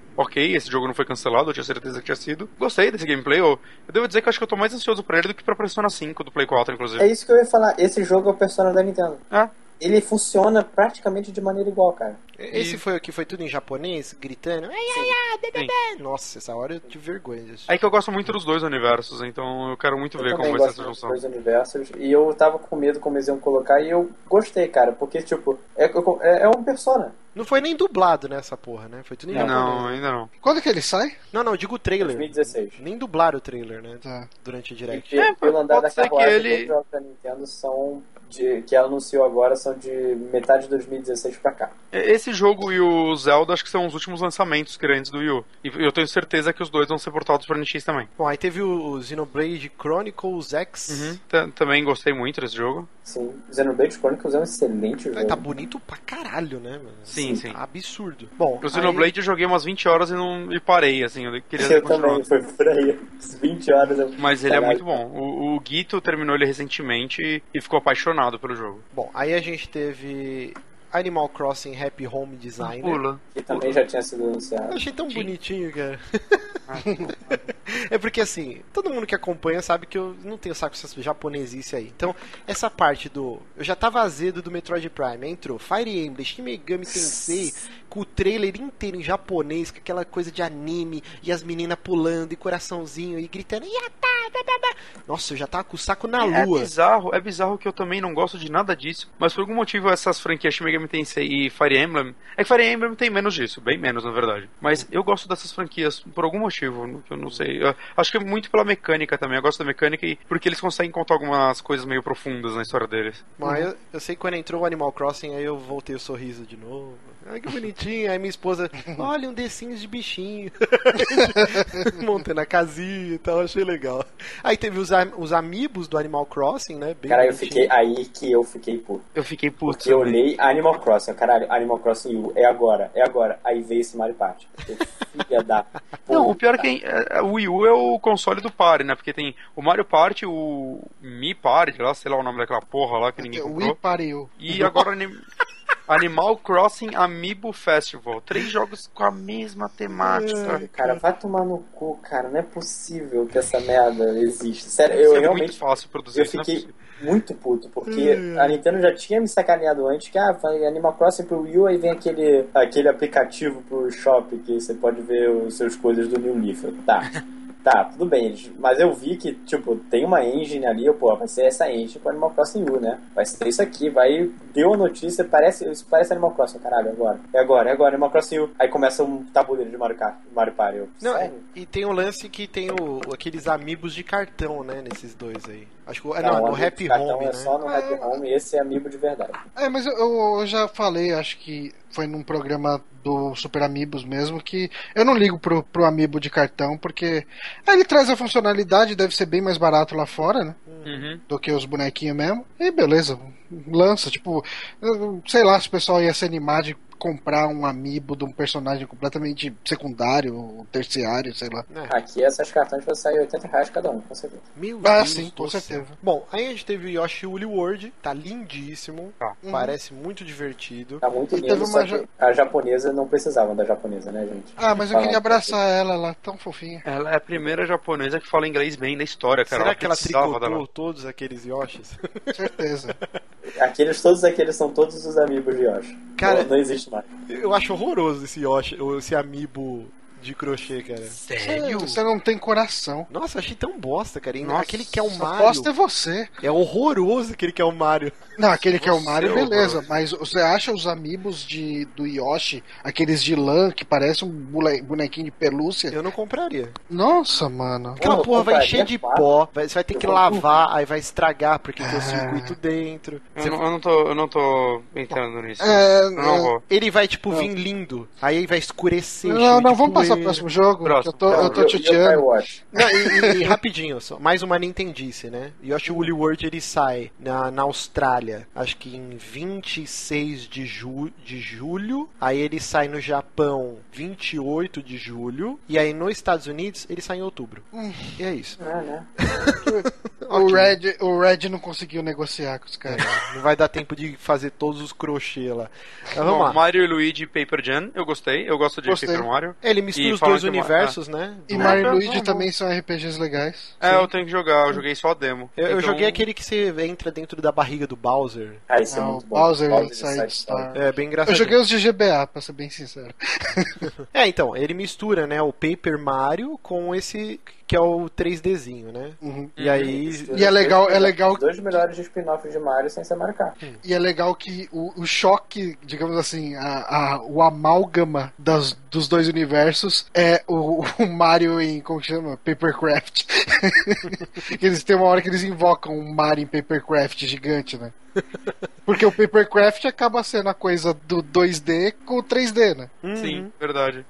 ok, esse jogo não foi cancelado, eu tinha certeza que tinha sido. Gostei desse gameplay, eu, eu devo dizer que eu acho que eu tô mais ansioso pra ele do que pra Persona cinco do Play quatro, inclusive. É isso que eu ia falar, esse jogo é o Persona da Nintendo. É. Ele funciona praticamente de maneira igual, cara. Esse foi o que foi tudo em japonês, gritando. Ai, ai, ai, bebê. Nossa, essa hora eu tive vergonha disso. É que eu gosto muito dos dois universos, então eu quero muito eu ver como vai ser essa junção. Dos dois universos, e eu tava com medo como eles iam colocar, e eu gostei, cara, porque, tipo, é, é, é um Persona. Não foi nem dublado nessa porra, né? Foi tudo em não, japonês. Não, ainda não. Quando que ele sai? Não, não, eu digo o trailer. dois mil e dezesseis. Nem dublaram o trailer, né? Tá. Durante o Direct. E, é, pelo andar da carruagem, ele... todos os jogos da Nintendo são... De, que ela anunciou agora são de metade de dois mil e dezesseis pra cá. Esse jogo e o Zelda acho que são os últimos lançamentos grandes do Wii U. E eu tenho certeza que os dois vão ser portados pra N X também. Bom, aí teve o Xenoblade Chronicles X. Uhum. T- também gostei muito desse jogo. Sim, Xenoblade Chronicles é um excelente jogo. Aí tá bonito pra caralho, né, mano? Sim, sim. Tá absurdo. Bom, o Xenoblade aí... eu joguei umas vinte horas e não e parei, assim. Eu queria eu também, foi por aí. vinte horas. Eu... Mas ele Caralho. é muito bom. O, o Guito terminou ele recentemente e, e ficou apaixonado pelo jogo. Bom, aí a gente teve Animal Crossing Happy Home Designer. Pula. Que também já tinha sido anunciado. Eu achei tão Sim. bonitinho, cara. É porque assim, todo mundo que acompanha sabe que eu não tenho saco com essas japonesice aí. Então, essa parte do... Eu já tava azedo do Metroid Prime. Entrou Fire Emblem, Shin Megami Tensei, com o trailer inteiro em japonês, com aquela coisa de anime, e as meninas pulando, e coraçãozinho, e gritando... Yata! Nossa, eu já tava com o saco na lua. É bizarro, é bizarro que eu também não gosto de nada disso, mas por algum motivo essas franquias Shin Megami Tensei e Fire Emblem... É que Fire Emblem tem menos disso, bem menos na verdade. Mas eu gosto dessas franquias por algum motivo, que eu não sei. Eu acho que é muito pela mecânica também, eu gosto da mecânica e porque eles conseguem contar algumas coisas meio profundas na história deles. Mas uhum. eu, eu sei que quando entrou o Animal Crossing, aí eu voltei o sorriso de novo. Ai, que bonitinho. Aí minha esposa, olha um The Sims de bichinho. Montando a casinha e tal, achei legal. Aí teve os, os amiibos do Animal Crossing, né? Bem Cara, eu fiquei aí que eu fiquei puto. Eu fiquei puto. Porque eu olhei Animal Crossing, caralho, Animal Crossing U, é agora, é agora. Aí veio esse Mario Party. Filha da... Não, o pior é que é, o Wii U é o console do Party, né? Porque tem o Mario Party, o Mi Party, lá, sei lá o nome daquela porra lá que ninguém comprou. Wii Party U. E agora Animal Crossing Amiibo Festival. Três jogos com a mesma temática. É, cara, vai tomar no cu, cara. Não é possível que essa merda exista. Sério, eu é realmente... muito fácil produzir eu isso, fiquei muito puto, porque a Nintendo já tinha me sacaneado antes, que ah, Animal Crossing pro Wii U, aí vem aquele, aquele aplicativo pro shopping que você pode ver os seus coisas do New Leaf. Tá. Tá, tudo bem, mas eu vi que, tipo, tem uma engine ali, eu, pô, vai ser essa engine pro Animal Crossing U, né? Vai ser isso aqui, vai... Deu a notícia, parece, isso parece Animal Crossing, caralho, é agora. É agora, é agora, Animal Crossing U. Aí começa um tabuleiro de Mario Kart, Mario Party. Eu, não, sério? E tem o lance que tem o, aqueles amigos de cartão, né, nesses dois aí. Acho que, não, não, no Happy Home, é né? só no é, Happy Home, e esse é amiibo de verdade. É, mas eu, eu já falei, acho que foi num programa do Super Amigos mesmo, que eu não ligo pro, pro amiibo de cartão, porque ele traz a funcionalidade, deve ser bem mais barato lá fora, né? Uhum. Do que os bonequinhos mesmo. E beleza, lança, tipo, sei lá se o pessoal ia se animar de comprar um amiibo de um personagem completamente secundário ou terciário, sei lá. É. Aqui essas cartões vão sair oitenta reais cada um, com certeza. Meu ah, Deus, sim, com certeza. Bom, aí a gente teve o Yoshi Woolly World, tá lindíssimo, ah. parece uhum. muito divertido. Tá muito lindo, só que a japonesa não precisava da japonesa, né, gente? Ah, mas eu queria abraçar ela, ela é tão fofinha. Ela é a primeira japonesa que fala inglês bem da história, cara. Será ela que ela tricotou dela. todos aqueles Yoshis? Certeza. Aqueles, todos aqueles são todos os amigos de Yoshi. Cara, não, não existe mais. Eu acho horroroso esse Yoshi, esse amiibo de crochê, cara. Sério? Você não tem coração. Nossa, achei tão bosta, cara. Nossa, aquele que é o Mario. Bosta é você. É horroroso aquele que é o Mario. Não, aquele que é o Você Mario, é beleza. Mas você acha os amiibos de, do Yoshi, aqueles de lã, que parecem um bonequinho de pelúcia? Eu não compraria. Nossa, mano. Aquela Pô, porra vai encher de pó, vai, você vai ter que lavar, vou... aí vai estragar, porque tem o é. circuito dentro. Eu, Você... não, eu, não tô, eu não tô entrando nisso. É, eu não vou. Ele vai, tipo, vir lindo, aí vai escurecer. Não, não, vamos passar pro próximo jogo. Eu tô, não, eu tô chateando. Não, e, e, e rapidinho, só, mais uma Nintendice, né? Yoshi Woolly World ele sai na, na Austrália, acho que em vinte e seis de, ju, de julho. Aí ele sai no Japão vinte e oito de julho. E aí nos Estados Unidos ele sai em outubro. Hum. E é isso. É, né? o, Red, o Red não conseguiu negociar com os caras. É, não vai dar tempo de fazer todos os crochê lá. Mas vamos Bom, lá. Mario e Luigi Paper Jam, eu gostei. Eu gosto de Gostei. Paper Mario. Ele mistura E os falam dois que é uma- universos, né? E Não, Mario e não, Luigi não, também são R P Gs legais. É, eu tenho que jogar. Eu joguei só a demo. Eu, eu Então, joguei aquele que você entra dentro da barriga do Bowser. Ah, isso é Não, muito bom. Bowser Bowser Inside Inside Star. É bem engraçado. Eu joguei os de G B A, pra ser bem sincero. É, então, ele mistura, né, o Paper Mario com esse que é o três Dzinho, né? Uhum. E aí... E é legal, é legal. Os dois melhores spin-offs de Mario sem ser Mario Kart. E é legal que o, o choque, digamos assim, a, a- o amálgama das, dos dois universos é o, o Mario em, como que chama? Papercraft. Eles têm uma hora que eles invocam um Mario em Papercraft gigante, né? Porque o Papercraft acaba sendo a coisa do dois D com o três D, né? Sim, verdade.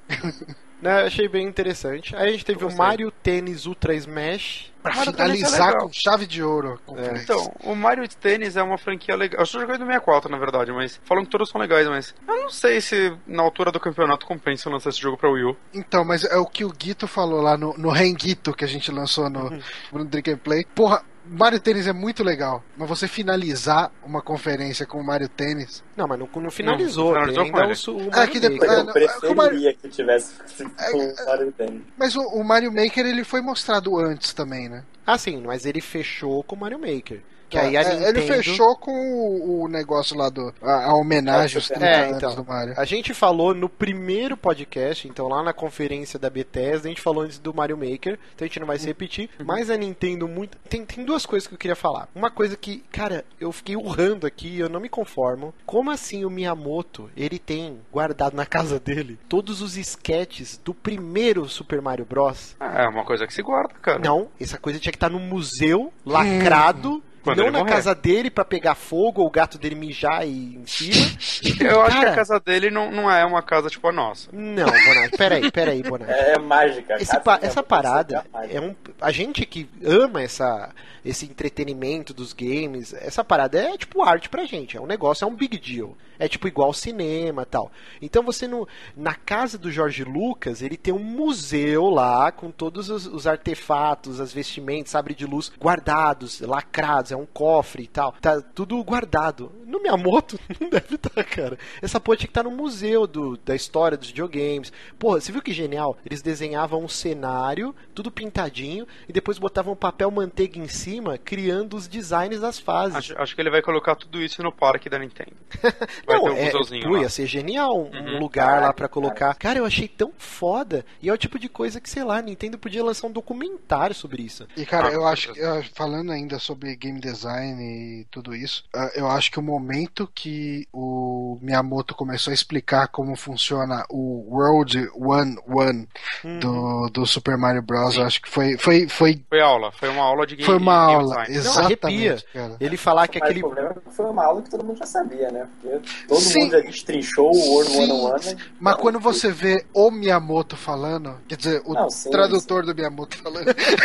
Né, achei bem interessante. Aí a gente teve o Gostei. Mario Tênis Ultra Smash. Pra Mario Tennis é finalizar legal. com chave de ouro. a conferência. Então, o Mario Tennis é uma franquia legal. Eu só joguei no sessenta e quatro, na verdade, mas falam que todos são legais, mas eu não sei se na altura do campeonato compensa lançar esse jogo pra Wii U. Então, mas é o que o Guito falou lá no, no Renguito que a gente lançou no, no Drink and Play. Porra, Mario Tênis é muito legal, mas você finalizar uma conferência com o Mario Tênis... Não, mas não, não finalizou. Não, tem finalizou ainda com ele. o, su- o É Mario que Maker. depois- Eu Ah, não, é que o Mario- preferia que tivesse com o Mario Tennis. Mas o, o Mario Maker ele foi mostrado antes também, né? Ah, sim, mas ele fechou com o Mario Maker. Que É, aí a é, Nintendo... Ele fechou com o, o negócio lá do. A, a homenagem aos trinta É, anos então, do Mario. a gente falou no primeiro podcast, então lá na conferência da Bethesda, a gente falou antes do Mario Maker, então a gente não vai se repetir, mas a Nintendo muito... Tem, tem duas coisas que eu queria falar. Uma coisa que, cara, eu fiquei urrando aqui, eu não me conformo. Como assim o Miyamoto, ele tem guardado na casa dele todos os sketches do primeiro Super Mario Bros? É uma coisa que se guarda, cara. Não, essa coisa tinha que estar no museu, lacrado... Quando não ele na morrer. casa dele pra pegar fogo ou o gato dele mijar e em cima. Eu acho que Cara, a casa dele não, não é uma casa tipo a nossa. Não, Bonatti, peraí, peraí, Bonatti. É mágica. Esse Casa pa- mesmo, essa tem que ser parada mágica. é um. A gente que ama essa, esse entretenimento dos games, essa parada é tipo arte pra gente. É um negócio, é um big deal. É tipo igual cinema e tal. Então você no, na casa do Jorge Lucas, ele tem um museu lá com todos os, os artefatos, as vestimentas, sabre de luz guardados, lacrados, é um cofre e tal. Tá tudo guardado. No Miyamoto não deve estar, cara. Essa porra tinha que estar no museu do, da história dos videogames. Porra, você viu que genial? Eles desenhavam um cenário, tudo pintadinho, e depois botavam papel manteiga em cima, criando os designs das fases. Acho, acho que ele vai colocar tudo isso no parque da Nintendo. Vai Não, ter um é, museuzinho pô, lá. ia ser genial um, um Uhum. lugar lá Caraca, pra colocar. Cara, eu achei tão foda. E é o tipo de coisa que, sei lá, a Nintendo podia lançar um documentário sobre isso. E cara, Ah, eu com acho que, certeza. ah, falando ainda sobre game design e tudo isso, ah, eu acho que o momento que o Miyamoto começou a explicar como funciona o World One One do, do Super Mario Bros, eu acho que foi, foi, foi, Foi aula, foi uma aula de game foi uma game aula. design. Não, arrepia. Exatamente, cara. Ele falar que Mas aquele. o problema é que foi uma aula que todo mundo já sabia, né? Porque todo Sim. mundo já destrinchou o World Sim, One One. mas quando você vê o Miyamoto falando, quer dizer, o Não, sim, tradutor do Miyamoto falando,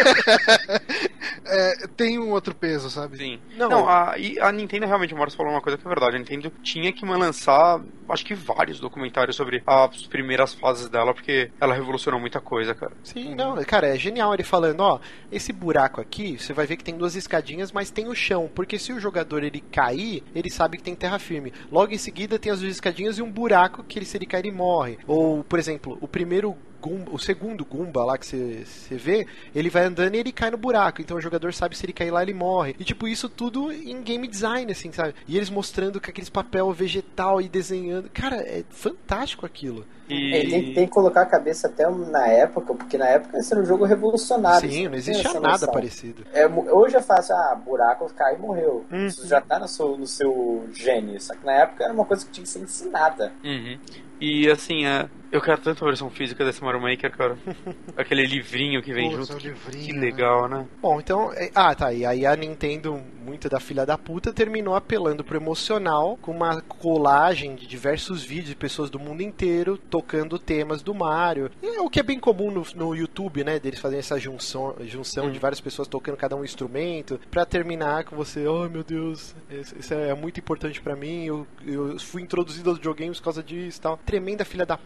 é, tem um outro peso, sabe? Sim. Não, Não, a, e a Nintendo realmente, o Morris falou uma coisa que é verdade. A Nintendo tinha que lançar, acho que vários documentários sobre as primeiras fases dela, porque ela revolucionou muita coisa, cara. Sim, não, cara, é genial ele falando, ó, esse buraco aqui, você vai ver que tem duas escadinhas, mas tem o chão, porque se o jogador ele cair, ele sabe que tem terra firme. Logo em seguida tem as duas escadinhas e um buraco que ele, se ele cair ele morre. Ou, por exemplo, o primeiro Goomba, o segundo Goomba lá que você vê, ele vai andando e ele cai no buraco, então o jogador sabe se ele cair lá ele morre. E tipo, isso tudo em game design, assim, sabe? E eles mostrando com aqueles papel vegetal e desenhando. Cara, é fantástico aquilo. E... É, tem, tem que colocar a cabeça até na época, porque na época esse era um jogo revolucionário. Sim, você não tem existia essa nada noção. parecido. É, hoje é fácil, ah, buraco, cai e morreu. Uhum. Isso já tá no seu, no seu gene. Só que na época era uma coisa que tinha que ser ensinada. Uhum. E assim, é, eu quero tanto a versão física desse Mario Maker, cara. Aquele livrinho que vem Pô, junto. seu livrinho, Que né? legal, né? Bom, então. é- Ah, tá. E aí a Nintendo, muito da filha da puta, terminou apelando pro emocional com uma colagem de diversos vídeos de pessoas do mundo inteiro tocando temas do Mario. E é o que é bem comum no, no YouTube, né? Deles fazerem essa junção, junção de várias pessoas tocando cada um instrumento. Pra terminar com você, oh meu Deus, isso isso é muito importante pra mim. Eu, eu fui introduzido aos videogames por causa disso e tal. Tremenda filha da puta.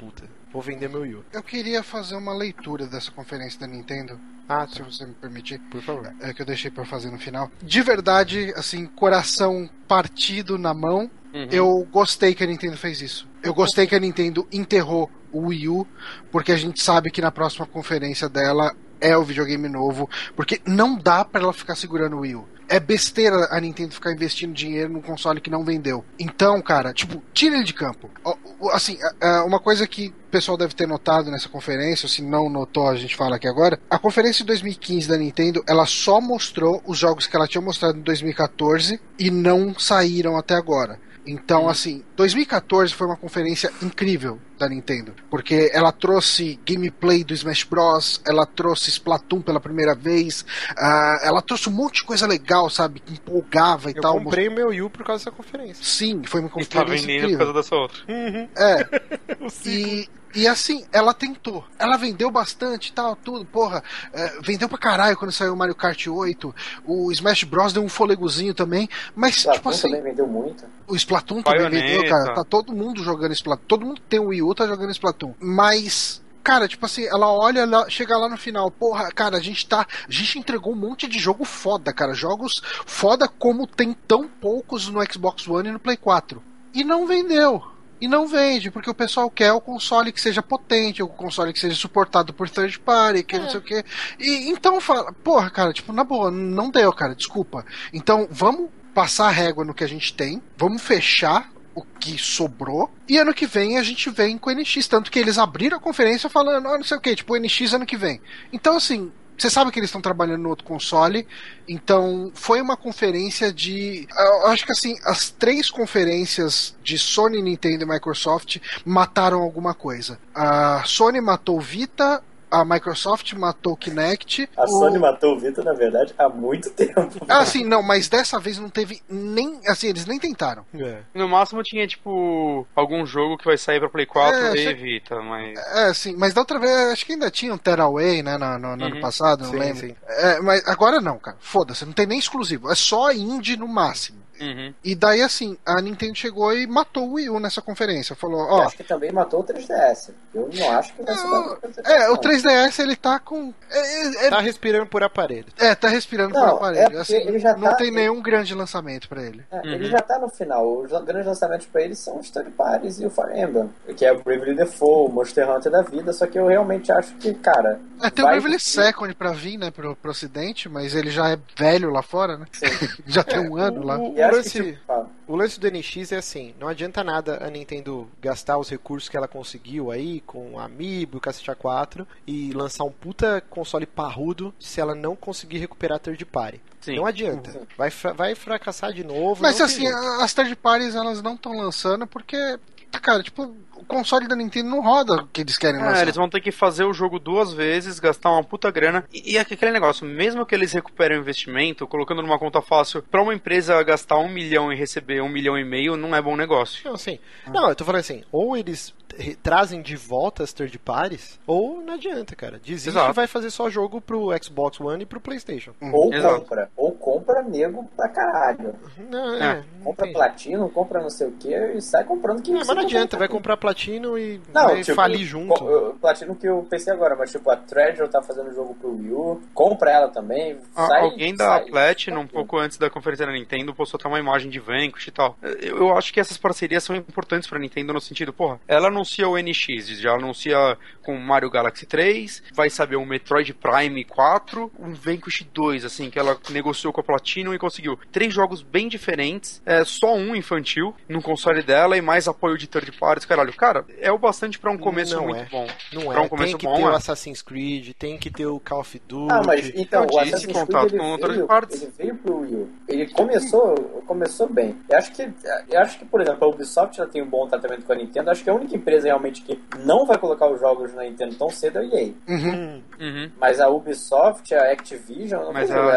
vou vender meu Wii U. Eu queria fazer uma leitura dessa conferência da Nintendo. Ah, tá. Se você me permitir. Por favor. É que eu deixei pra fazer no final. De verdade, assim, coração partido na mão, uhum. Eu gostei que a Nintendo fez isso. Eu gostei que a Nintendo enterrou o Wii U, porque a gente sabe que na próxima conferência dela é o videogame novo, porque não dá pra ela ficar segurando o Wii U. É besteira a Nintendo ficar investindo dinheiro num console que não vendeu. Então, cara, tipo, tira ele de campo. Assim, uma coisa que o pessoal deve ter notado nessa conferência, ou se não notou, a gente fala aqui agora, a conferência de dois mil e quinze da Nintendo, ela só mostrou os jogos que ela tinha mostrado em dois mil e quatorze e não saíram até agora. Então, hum. assim, dois mil e quatorze foi uma conferência incrível da Nintendo, porque ela trouxe gameplay do Smash Bros, ela trouxe Splatoon pela primeira vez, uh, ela trouxe um monte de coisa legal, sabe, que empolgava e eu tal. Eu comprei o meu Wii U por causa dessa conferência. Sim, foi uma conferência e tá vendendo incrível. por causa dessa outra. Uhum. É. e... E assim, ela tentou. Ela vendeu bastante e tal, tudo. Porra, é, vendeu pra caralho quando saiu o Mario Kart oito. O Smash Bros deu um folegozinho também. Mas, Splatoon tipo assim. também vendeu muito. O Splatoon também vendeu, cara. Tá todo mundo jogando Splatoon. Todo mundo que tem o Wii U tá jogando Splatoon. Mas. Cara, tipo assim, ela olha, ela chega lá no final, porra, cara, a gente tá. A gente entregou um monte de jogo foda, cara. Jogos foda como tem tão poucos no Xbox One e no Play quatro. E não vendeu. E não vende, porque o pessoal quer o console que seja potente, o console que seja suportado por third party, que é. não sei o quê. E então fala, porra, cara, tipo, na boa, não deu, cara, desculpa. Então vamos passar a régua no que a gente tem, vamos fechar o que sobrou, e ano que vem a gente vem com o N X, tanto que eles abriram a conferência falando, ah, não sei o que, tipo, o N X ano que vem. Então, assim, você sabe que eles estão trabalhando no outro console, então foi uma conferência de... Eu acho que assim, as três conferências de Sony, Nintendo e Microsoft mataram alguma coisa. A Sony matou o Vita, a Microsoft matou o Kinect. A o... Sony matou o Vita, na verdade, há muito tempo. Ah, sim, não, mas dessa vez não teve nem... Assim, eles nem tentaram. É. No máximo tinha, tipo, algum jogo que vai sair pra Play quatro é, e che... Vita, mas... É, sim, mas da outra vez, acho que ainda tinha um Tearaway, né, no, no, no uhum. ano passado, não sim, lembro. Sim. É, mas agora não, cara, foda-se, não tem nem exclusivo, é só indie no máximo. Uhum. E daí, assim, a Nintendo chegou e matou o Wii U nessa conferência. Falou, ó... Eu acho que também matou o três D S. Eu não acho que vai ser... É, é, o três D S, ele tá com... É, é, tá respirando por aparelho. É, tá respirando não, por aparelho. É assim, ele já não tá, tem ele... nenhum grande lançamento pra ele. É, uhum. Ele já tá no final. Os grandes lançamentos pra ele são os third parties e o Fire Emblem, que é o Bravely Default, o Monster Hunter da vida, só que eu realmente acho que, cara... É, tem o Bravely Second pra vir, né, pro, pro ocidente, mas ele já é velho lá fora, né? já tem um ano o, lá. O, o, lance, que, tipo, o lance do N X é assim, não adianta nada a Nintendo gastar os recursos que ela conseguiu aí, com o Amiibo, o Cacete A quatro, e lançar um puta console parrudo se ela não conseguir recuperar third party. Sim. Não adianta. Uhum. Vai, vai fracassar de novo. Mas assim, as third parties elas não estão lançando porque, cara, tipo, o console da Nintendo não roda o que eles querem lançar. É, eles vão ter que fazer o jogo duas vezes, gastar uma puta grana. E, e aquele negócio, mesmo que eles recuperem o investimento, colocando numa conta fácil, pra uma empresa gastar um milhão e receber um milhão e meio, não é bom negócio. Não, assim, hum. não, eu tô falando assim, ou eles trazem de volta as third parties, ou não adianta, cara. Desiste e vai fazer só jogo pro Xbox One e pro PlayStation. Uhum. Ou Exato. compra. Ou compra nego pra caralho. Não, é, é. Não compra tem. Platino, compra não sei o que e sai comprando que não, mas não adianta, vai comprar Platino e não, vai tipo, falir junto. O Platino que eu pensei agora, mas tipo, a Treasure tá fazendo jogo pro Wii U, compra ela também. Ah, sai, alguém da sai, Platinum, um pouco antes da conferência da Nintendo, postou até uma imagem de Vanquish e tal. Eu, eu acho que essas parcerias são importantes pra Nintendo no sentido, porra, ela anuncia o N X, já anuncia com Mario Galaxy três, vai saber um Metroid Prime quatro, um Vanquish dois, assim, que ela negociou com a Platinum e conseguiu três jogos bem diferentes, é, só um infantil no console dela e mais apoio de third parties, caralho. Cara, é o bastante pra um começo não muito é. bom. Não pra é, um começo tem que bom, ter é. o Assassin's Creed, tem que ter o Call of Duty. Ah, mas então, eu o disse Assassin's contato Creed, com ele, third veio, parties. ele veio pro Wii U. Ele começou, começou bem. Eu acho que, eu acho que, por exemplo, a Ubisoft já tem um bom tratamento com a Nintendo. Acho que a única empresa realmente que não vai colocar os jogos na Nintendo tão cedo é a E A. Uhum. Uhum. Mas a Ubisoft, a Activision, eu não Mas vejo a... elas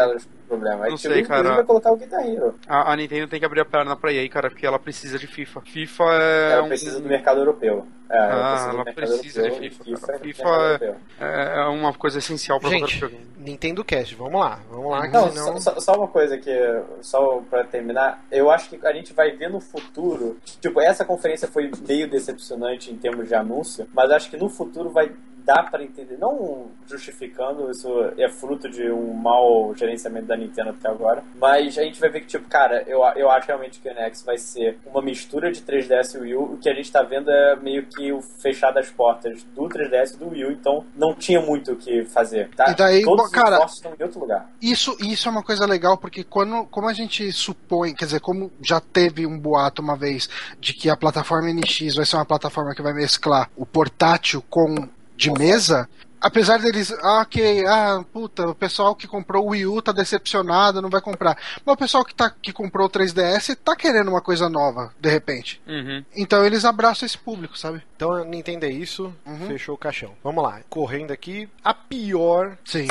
problema. Não sei, cara. Vai colocar o Guitar Hero. A, a Nintendo tem que abrir a perna pra E A, cara, porque ela precisa de FIFA. FIFA é. Ela um... precisa do mercado europeu. É, ah, ela precisa, precisa europeu, de FIFA. FIFA, FIFA é, é uma coisa essencial pra gente, qualquer jogo. Nintendo Cast, vamos lá. Vamos lá. Não, senão... só, só uma coisa que, só pra terminar, eu acho que a gente vai ver no futuro. Tipo, essa conferência foi meio decepcionante em termos de anúncio, mas acho que no futuro vai. Dá pra entender, não justificando, isso é fruto de um mau gerenciamento da Nintendo até agora, mas a gente vai ver que, tipo, cara, eu, eu acho realmente que o N X vai ser uma mistura de três D S e Wii U. O que a gente tá vendo é meio que o fechar das portas do três D S e do Wii U, então não tinha muito o que fazer, tá? E daí, todos cara, os esforços estão em outro lugar. Isso, isso é uma coisa legal, porque quando, como a gente supõe, quer dizer, como já teve um boato uma vez de que a plataforma N X vai ser uma plataforma que vai mesclar o portátil com de mesa, apesar deles, ah, ok, ah, puta, o pessoal que comprou o Wii U tá decepcionado, não vai comprar. Mas o pessoal que, tá, que comprou o três D S tá querendo uma coisa nova, de repente. Uhum. Então eles abraçam esse público, sabe? Então, Nintendo é isso, uhum. Fechou o caixão. Vamos lá, correndo aqui, a pior... Sim.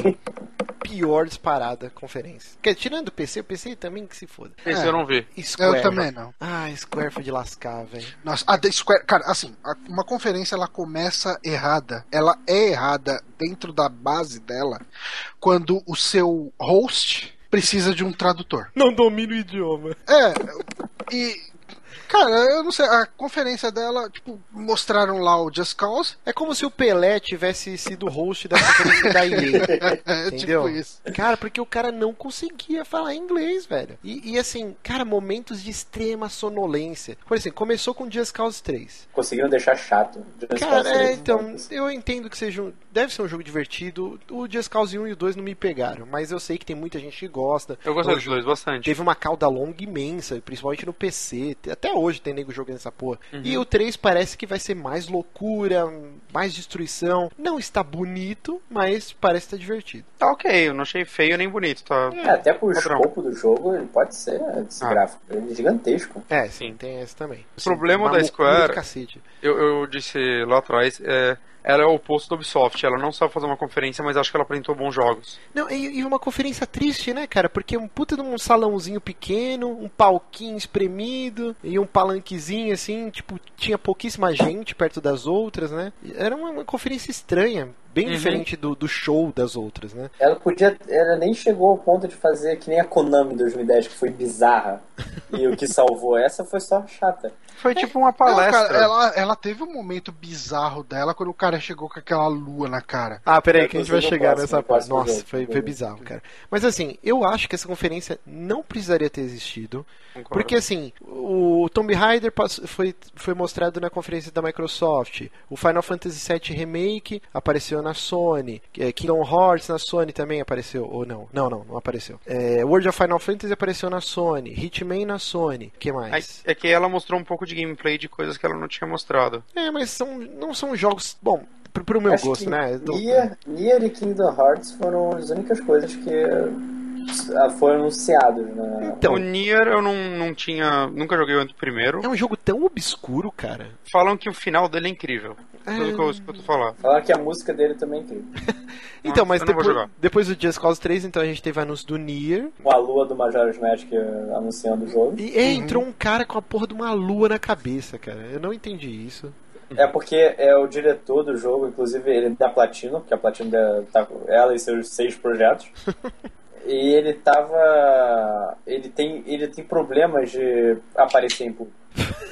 pior disparada conferência. Porque, tirando o P C, o P C também que se foda. P C é. eu não vi. Square. Eu também não. Ah, Square foi de lascar, velho. Nossa, a Square, cara, assim, uma conferência ela começa errada. Ela é errada dentro da base dela quando o seu host precisa de um tradutor. Não domina o idioma. É, e... Cara, eu não sei, a conferência dela, tipo, mostraram lá o Just Cause. É como se o Pelé tivesse sido host da conferência da E A. É, entendeu? Tipo isso. Cara, porque o cara não conseguia falar inglês, velho. E, e assim, cara, momentos de extrema sonolência. Por exemplo, começou com Just Cause três. Conseguiram deixar chato. Just cara, é, então, eu entendo que seja um, deve ser um jogo divertido. O Just Cause um e o dois não me pegaram, mas eu sei que tem muita gente que gosta. Eu gostei dos dois bastante. Teve uma cauda longa imensa, principalmente no P C. Até hoje. Hoje tem nego jogando essa porra. Uhum. E o três parece que vai ser mais loucura, mais destruição. Não está bonito, mas parece estar divertido. Tá ok, eu não achei feio nem bonito. Tá... É, até pro escopo do jogo, ele pode ser esse ah. gráfico. Ele é gigantesco. É, sim, tem esse também. O problema da Square, eu, eu disse lá atrás, é... ela é o oposto do Ubisoft, ela não sabe fazer uma conferência, mas acho que ela apresentou bons jogos. Não, e, e uma conferência triste, né, cara? Porque um puta de um salãozinho pequeno, um palquinho espremido e um palanquezinho assim, tipo, tinha pouquíssima gente perto das outras, né? Era uma, uma conferência estranha, bem uhum. diferente do, do show das outras, né? Ela podia, ela nem chegou ao ponto de fazer que nem a Konami dois mil e dez, que foi bizarra. E o que salvou essa foi só chata. Foi tipo uma palestra. Não, cara, ela, ela teve um momento bizarro dela quando o cara chegou com aquela lua na cara. Ah, peraí, que a gente vai chegar próximo, nessa parte. Nossa, foi, foi bizarro, cara. Mas assim, eu acho que essa conferência não precisaria ter existido. Concordo. Porque assim, o Tomb Raider foi, foi mostrado na conferência da Microsoft. O Final Fantasy sete Remake apareceu na Sony. Kingdom Hearts na Sony também apareceu. Ou não? Não, não, não apareceu. É, World of Final Fantasy apareceu na Sony. Hitman na Sony. O que mais? É, é que ela mostrou um pouco de gameplay de coisas que ela não tinha mostrado. É, mas são, não são jogos... Bom, pro, pro meu Acho gosto, né? Nier, Nier e Kingdom Hearts foram as únicas coisas que foram anunciados, né? Então, o Nier eu não, não tinha... Nunca joguei o primeiro. É um jogo tão obscuro, cara. Falam que o final dele é incrível. É... Tudo que eu escuto falar. Falaram que a música dele também é incrível. Então, mas depois, depois do Just Cause três, então a gente teve anúncio do Nier. Com a lua do Majora's Mask anunciando o jogo. E é, entrou um cara com a porra de uma lua na cabeça, cara. Eu não entendi isso. É porque é o diretor do jogo, inclusive ele é da Platino, porque a Platino tá com ela e seus seis projetos. E ele tava... Ele tem, ele tem problemas de aparecer em público.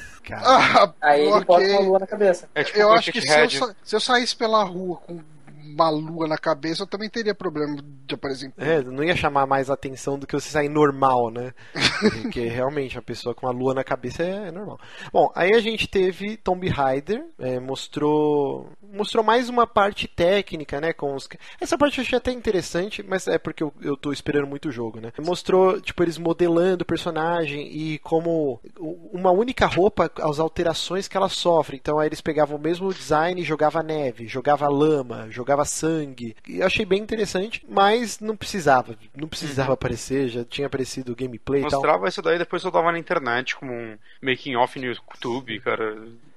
Ah, Aí ele okay. bota uma lua na cabeça. É tipo eu acho que se eu, sa- se eu saísse pela rua com uma lua na cabeça, eu também teria problema de aparecer em público. É, não ia chamar mais atenção do que você sair normal, né? Porque realmente a pessoa com a lua na cabeça é, é normal. Bom, aí a gente teve Tomb Raider, é, mostrou mostrou mais uma parte técnica, né? Com os... Essa parte eu achei até interessante, mas é porque eu, eu tô esperando muito o jogo, né? Mostrou, tipo, eles modelando o personagem e como uma única roupa, as alterações que ela sofre. Então aí eles pegavam o mesmo design e jogava neve, jogava lama, jogava sangue. E eu achei bem interessante, mas não precisava. Não precisava uhum. aparecer, já tinha aparecido o gameplay e tal. Mostrava isso daí, depois eu tava na internet como um making off no YouTube, cara.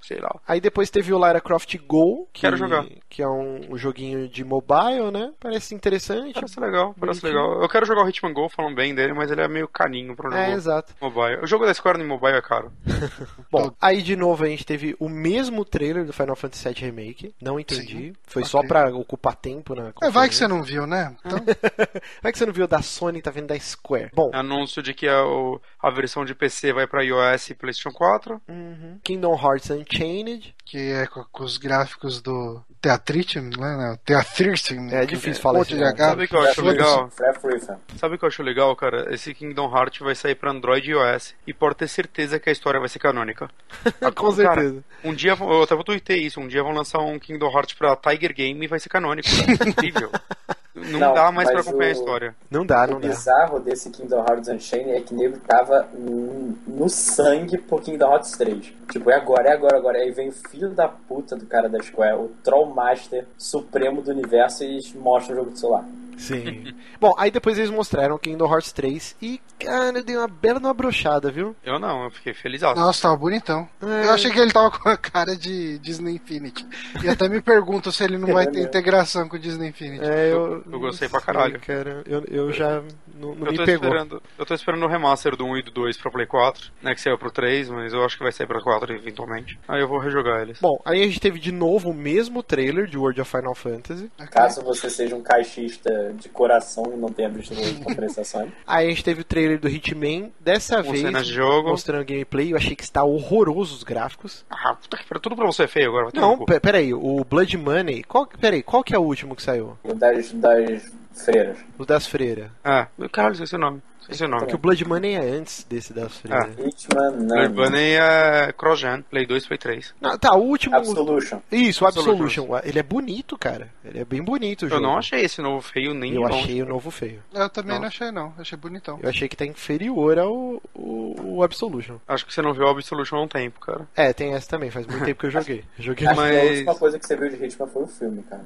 sei lá. Aí depois teve o Lara Croft Go, que, Quero jogar. que é um, um joguinho de mobile, né? Parece interessante. Parece legal, parece legal. Eu quero jogar o Hitman Go, falam bem dele, mas ele é meio caninho pra um É, jogo exato. mobile. O jogo da Square no mobile é caro. Bom, aí de novo a gente teve o mesmo trailer do Final Fantasy sete Remake. Não entendi. Sim. Foi Ok. só pra ocupar tempo na É, vai que você não viu, né? Então, Vai que você não viu da Sony, tá vendo da Square. Bom, Anúncio de que a, o- a versão de P C vai pra iOS e PlayStation quatro. uhum. Kingdom Hearts Unchained. que é com, com os gráficos do Theatrician, né? Não, Theatrician. É difícil falar monte esse de nome. H. Sabe o que eu acho legal? Flare Free, Sabe o que eu acho legal, cara? Esse Kingdom Hearts vai sair pra Android e iOS. E pode ter certeza que a história vai ser canônica. Com Cara, certeza. um dia, eu até vou tweetar isso, um dia vão lançar um Kingdom Hearts pra Tiger Game e vai ser canônico. Cara. Incrível. Não, Não, dá mais pra mas acompanhar o- a história. Não dá, O não dá. bizarro desse Kingdom Hearts Unchained é que o nego tava no no sangue por Kingdom Hearts três. Tipo, é agora, é agora, agora. Aí vem o filho da puta do cara da Square, o Trollmaster supremo do universo e mostra o jogo de celular. Sim. Bom, aí depois eles mostraram Kingdom Hearts três e, cara, eu dei uma bela numa brochada, viu? Eu não, eu fiquei feliz. Nossa, tava bonitão. É. Eu achei que ele tava com a cara de Disney Infinity. E até me pergunto se ele não vai ter integração com o Disney Infinity. É, Eu- eu gostei pra caralho. Cara, eu, eu já não, não Eu me tô, pegou. esperando, eu tô esperando o remaster do um e do dois pra Play quatro, né, que saiu pro três, mas eu acho que vai sair pra quatro eventualmente. Aí eu vou rejogar eles. Bom, aí a gente teve de novo o mesmo trailer de World of Final Fantasy. Caso você seja um caixista de coração e não tenha visto a conferência da Sony. Aí a gente teve o trailer do Hitman, dessa Com vez cenas de jogo. mostrando gameplay. Eu achei que está horroroso os gráficos. Ah, puta que pariu, tudo pra você é feio agora. Vai tomar Não, no cu. pe- peraí, o Blood Money. Qual, peraí, qual que é o último que saiu? O das, das freiras. O das freiras. Ah, caralho, esqueci o nome. Esqueci o nome. Que o Blood Money é antes desse das freiras. Hitman, Blood não. Bunny é CrossGen, Play dois, Play três. Não, tá, o último. Absolution. Isso, o Absolution. Absolution. Ele é bonito, cara. Ele é bem bonito o Eu jogo. não achei esse novo feio nem Eu longe. achei o novo feio. Eu também não Nossa. achei, não. Achei bonitão. Eu achei que tá inferior ao o, o Absolution. Acho que você não viu o Absolution há um tempo, cara. É, tem essa também. Faz muito tempo que eu joguei. Joguei Acho Mas- que a última coisa que você viu de Hitman foi o filme, cara.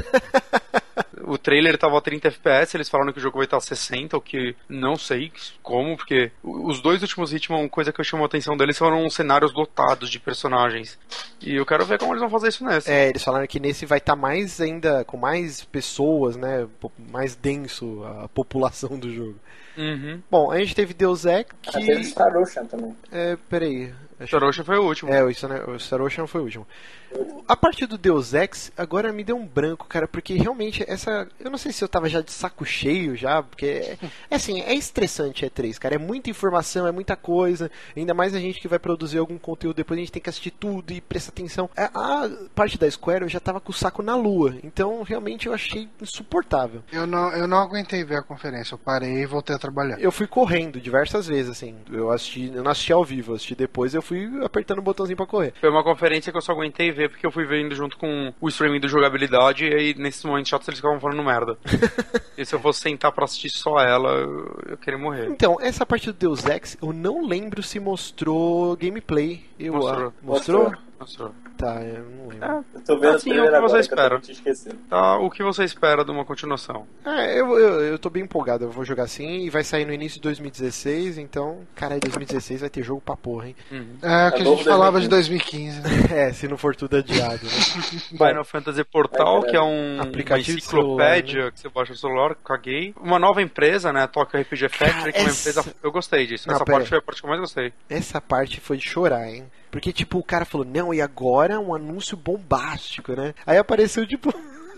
O trailer tava a trinta F P S, eles falaram que o jogo vai estar a sessenta, o que não sei como, porque os dois últimos Hitman, coisa que eu chamou a atenção deles foram cenários lotados de personagens. E eu quero ver como eles vão fazer isso nesse. É, eles falaram que nesse vai estar mais ainda, com mais pessoas, né? po- Mais denso a população do jogo. Uhum. Bom, a gente teve Deus Ex, Ah, teve que... Star Ocean também. É, peraí. Acho- Star Ocean foi o último. É, o Star o Star Ocean foi o último. A parte do Deus Ex, agora me deu um branco, cara, porque realmente essa... Eu não sei se eu tava já de saco cheio já, porque... É, é assim, é estressante E três, cara. É muita informação, é muita coisa. Ainda mais a gente que vai produzir algum conteúdo, depois a gente tem que assistir tudo e prestar atenção. A, a parte da Square eu já tava com o saco na lua, então realmente eu achei insuportável. Eu não, eu não aguentei ver a conferência. Eu parei e voltei a trabalhar. Eu fui correndo diversas vezes, assim. Eu assisti, eu não assisti ao vivo, eu assisti depois, eu fui apertando o botãozinho pra correr. Foi uma conferência que eu só aguentei ver porque eu fui vendo junto com o streaming do jogabilidade e aí nesses momentos chatos eles ficavam falando merda. E se eu fosse sentar pra assistir só ela, eu, eu queria morrer. Então, essa parte do Deus Ex, eu não lembro se mostrou gameplay. Eu, Mostrou. ah, mostrou? Mostrou. Mostrou. Tá, eu não lembro. É, Eu tô vendo Assim, o trailer é o que você agora espera. que eu tô tinha esquecido. tá, o que você espera de uma continuação? É, eu, eu, eu tô bem empolgado, eu vou jogar assim e vai sair no início de dois mil e dezesseis, então, caralho, dois mil e dezesseis vai ter jogo pra porra, hein? Uhum. É o que a novo gente falava de dois mil e quinze. É, se não for tudo adiado, né? Final Fantasy Portal, Vai, que é um, aplicativo uma de celular, enciclopédia que você baixa no celular, caguei. Uma nova empresa, né, Tokyo R P G Factory, que é uma essa- empresa... Eu gostei disso, Não, essa pera. parte foi a parte que eu mais gostei. Essa parte foi de chorar, hein? Porque, tipo, o cara falou, não, e agora um anúncio bombástico, né? Aí apareceu, tipo,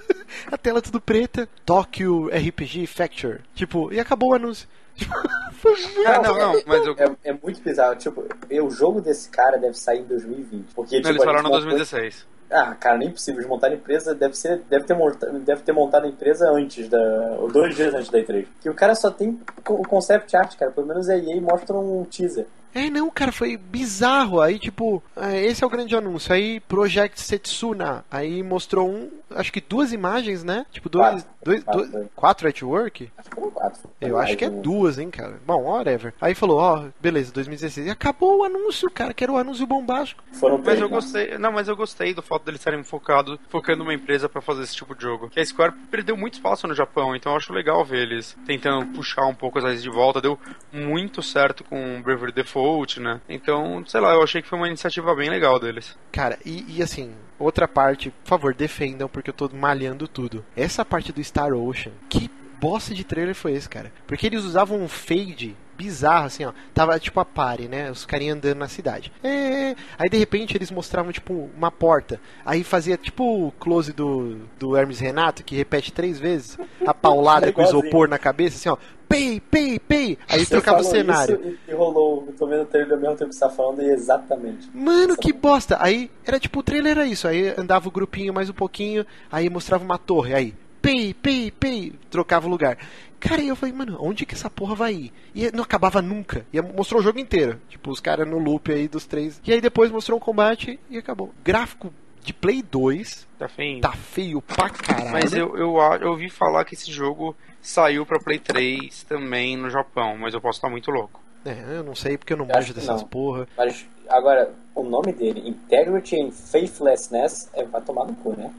a tela tudo preta, Tokyo R P G Factory. Tipo, e acabou o anúncio. Foi muito... Ah, não, não, mas eu... É, é muito bizarro. Tipo, o jogo desse cara deve sair em dois mil e vinte. Porque, Não, tipo, eles a falaram gente no dois mil e montou- dezesseis. Ah, cara, nem possível. Eles montaram a empresa, deve, ser, deve, ter monta, deve ter montado a empresa antes da. Ou dois dias antes da E três. Que o cara só tem o concept art, cara. Pelo menos a E A mostra um teaser. É, não, cara, foi bizarro. Aí, tipo, é, esse é o grande anúncio. Aí, Project Setsuna. Aí mostrou um, acho que duas imagens, né? Tipo, dois, Quatro. Dois, Quatro, dois, quatro at work? Acho que foram quatro. Eu Mais acho que é um. duas, hein, cara. Bom, whatever. Aí falou, ó, beleza, dois mil e dezesseis. E acabou o anúncio, cara, que era o anúncio bombástico. Foram Mas três, eu né? gostei, não, mas eu gostei do fato deles estarem focado, focando uma empresa pra fazer esse tipo de jogo. Que a Square perdeu muito espaço no Japão, então eu acho legal ver eles tentando puxar um pouco as raízes de volta. Deu muito certo com Bravely Default, né? Então, sei lá, eu achei que foi uma iniciativa bem legal deles. Cara, e, e assim, outra parte, por favor, defendam, porque eu tô malhando tudo. Essa parte do Star Ocean, que bosta de trailer foi esse, cara? Porque eles usavam um fade bizarro, assim, ó. Tava tipo a party, né? Os carinhas andando na cidade. É... Aí de repente eles mostravam, tipo, uma porta. Aí fazia tipo o close do, do Hermes Renato, que repete três vezes. A paulada com isopor na cabeça, assim, ó. Pei, pei, pei. Aí Você trocava o falou cenário. isso E, e rolou, eu tô vendo o trailer ao mesmo tempo que você tá falando e exatamente. Mano, Essa- que bosta. Aí era tipo, o trailer era isso. Aí andava o grupinho mais um pouquinho. Aí mostrava uma torre. Aí, pei, pei, pei. Trocava o lugar. Cara, e eu falei, mano, onde que essa porra vai ir? E não acabava nunca. E mostrou o jogo inteiro. Tipo, os caras no loop aí dos três. E aí depois mostrou o combate e acabou. Gráfico de Play dois. Tá feio. Tá feio pra caralho. Mas eu, eu, a- eu ouvi falar que esse jogo saiu pra Play três também no Japão, mas eu posso estar muito louco. É, eu não sei porque eu não Eu acho manjo que dessas não. porra. Mas, agora, o nome dele, Integrity and Faithlessness, é, vai tomar no cu, né?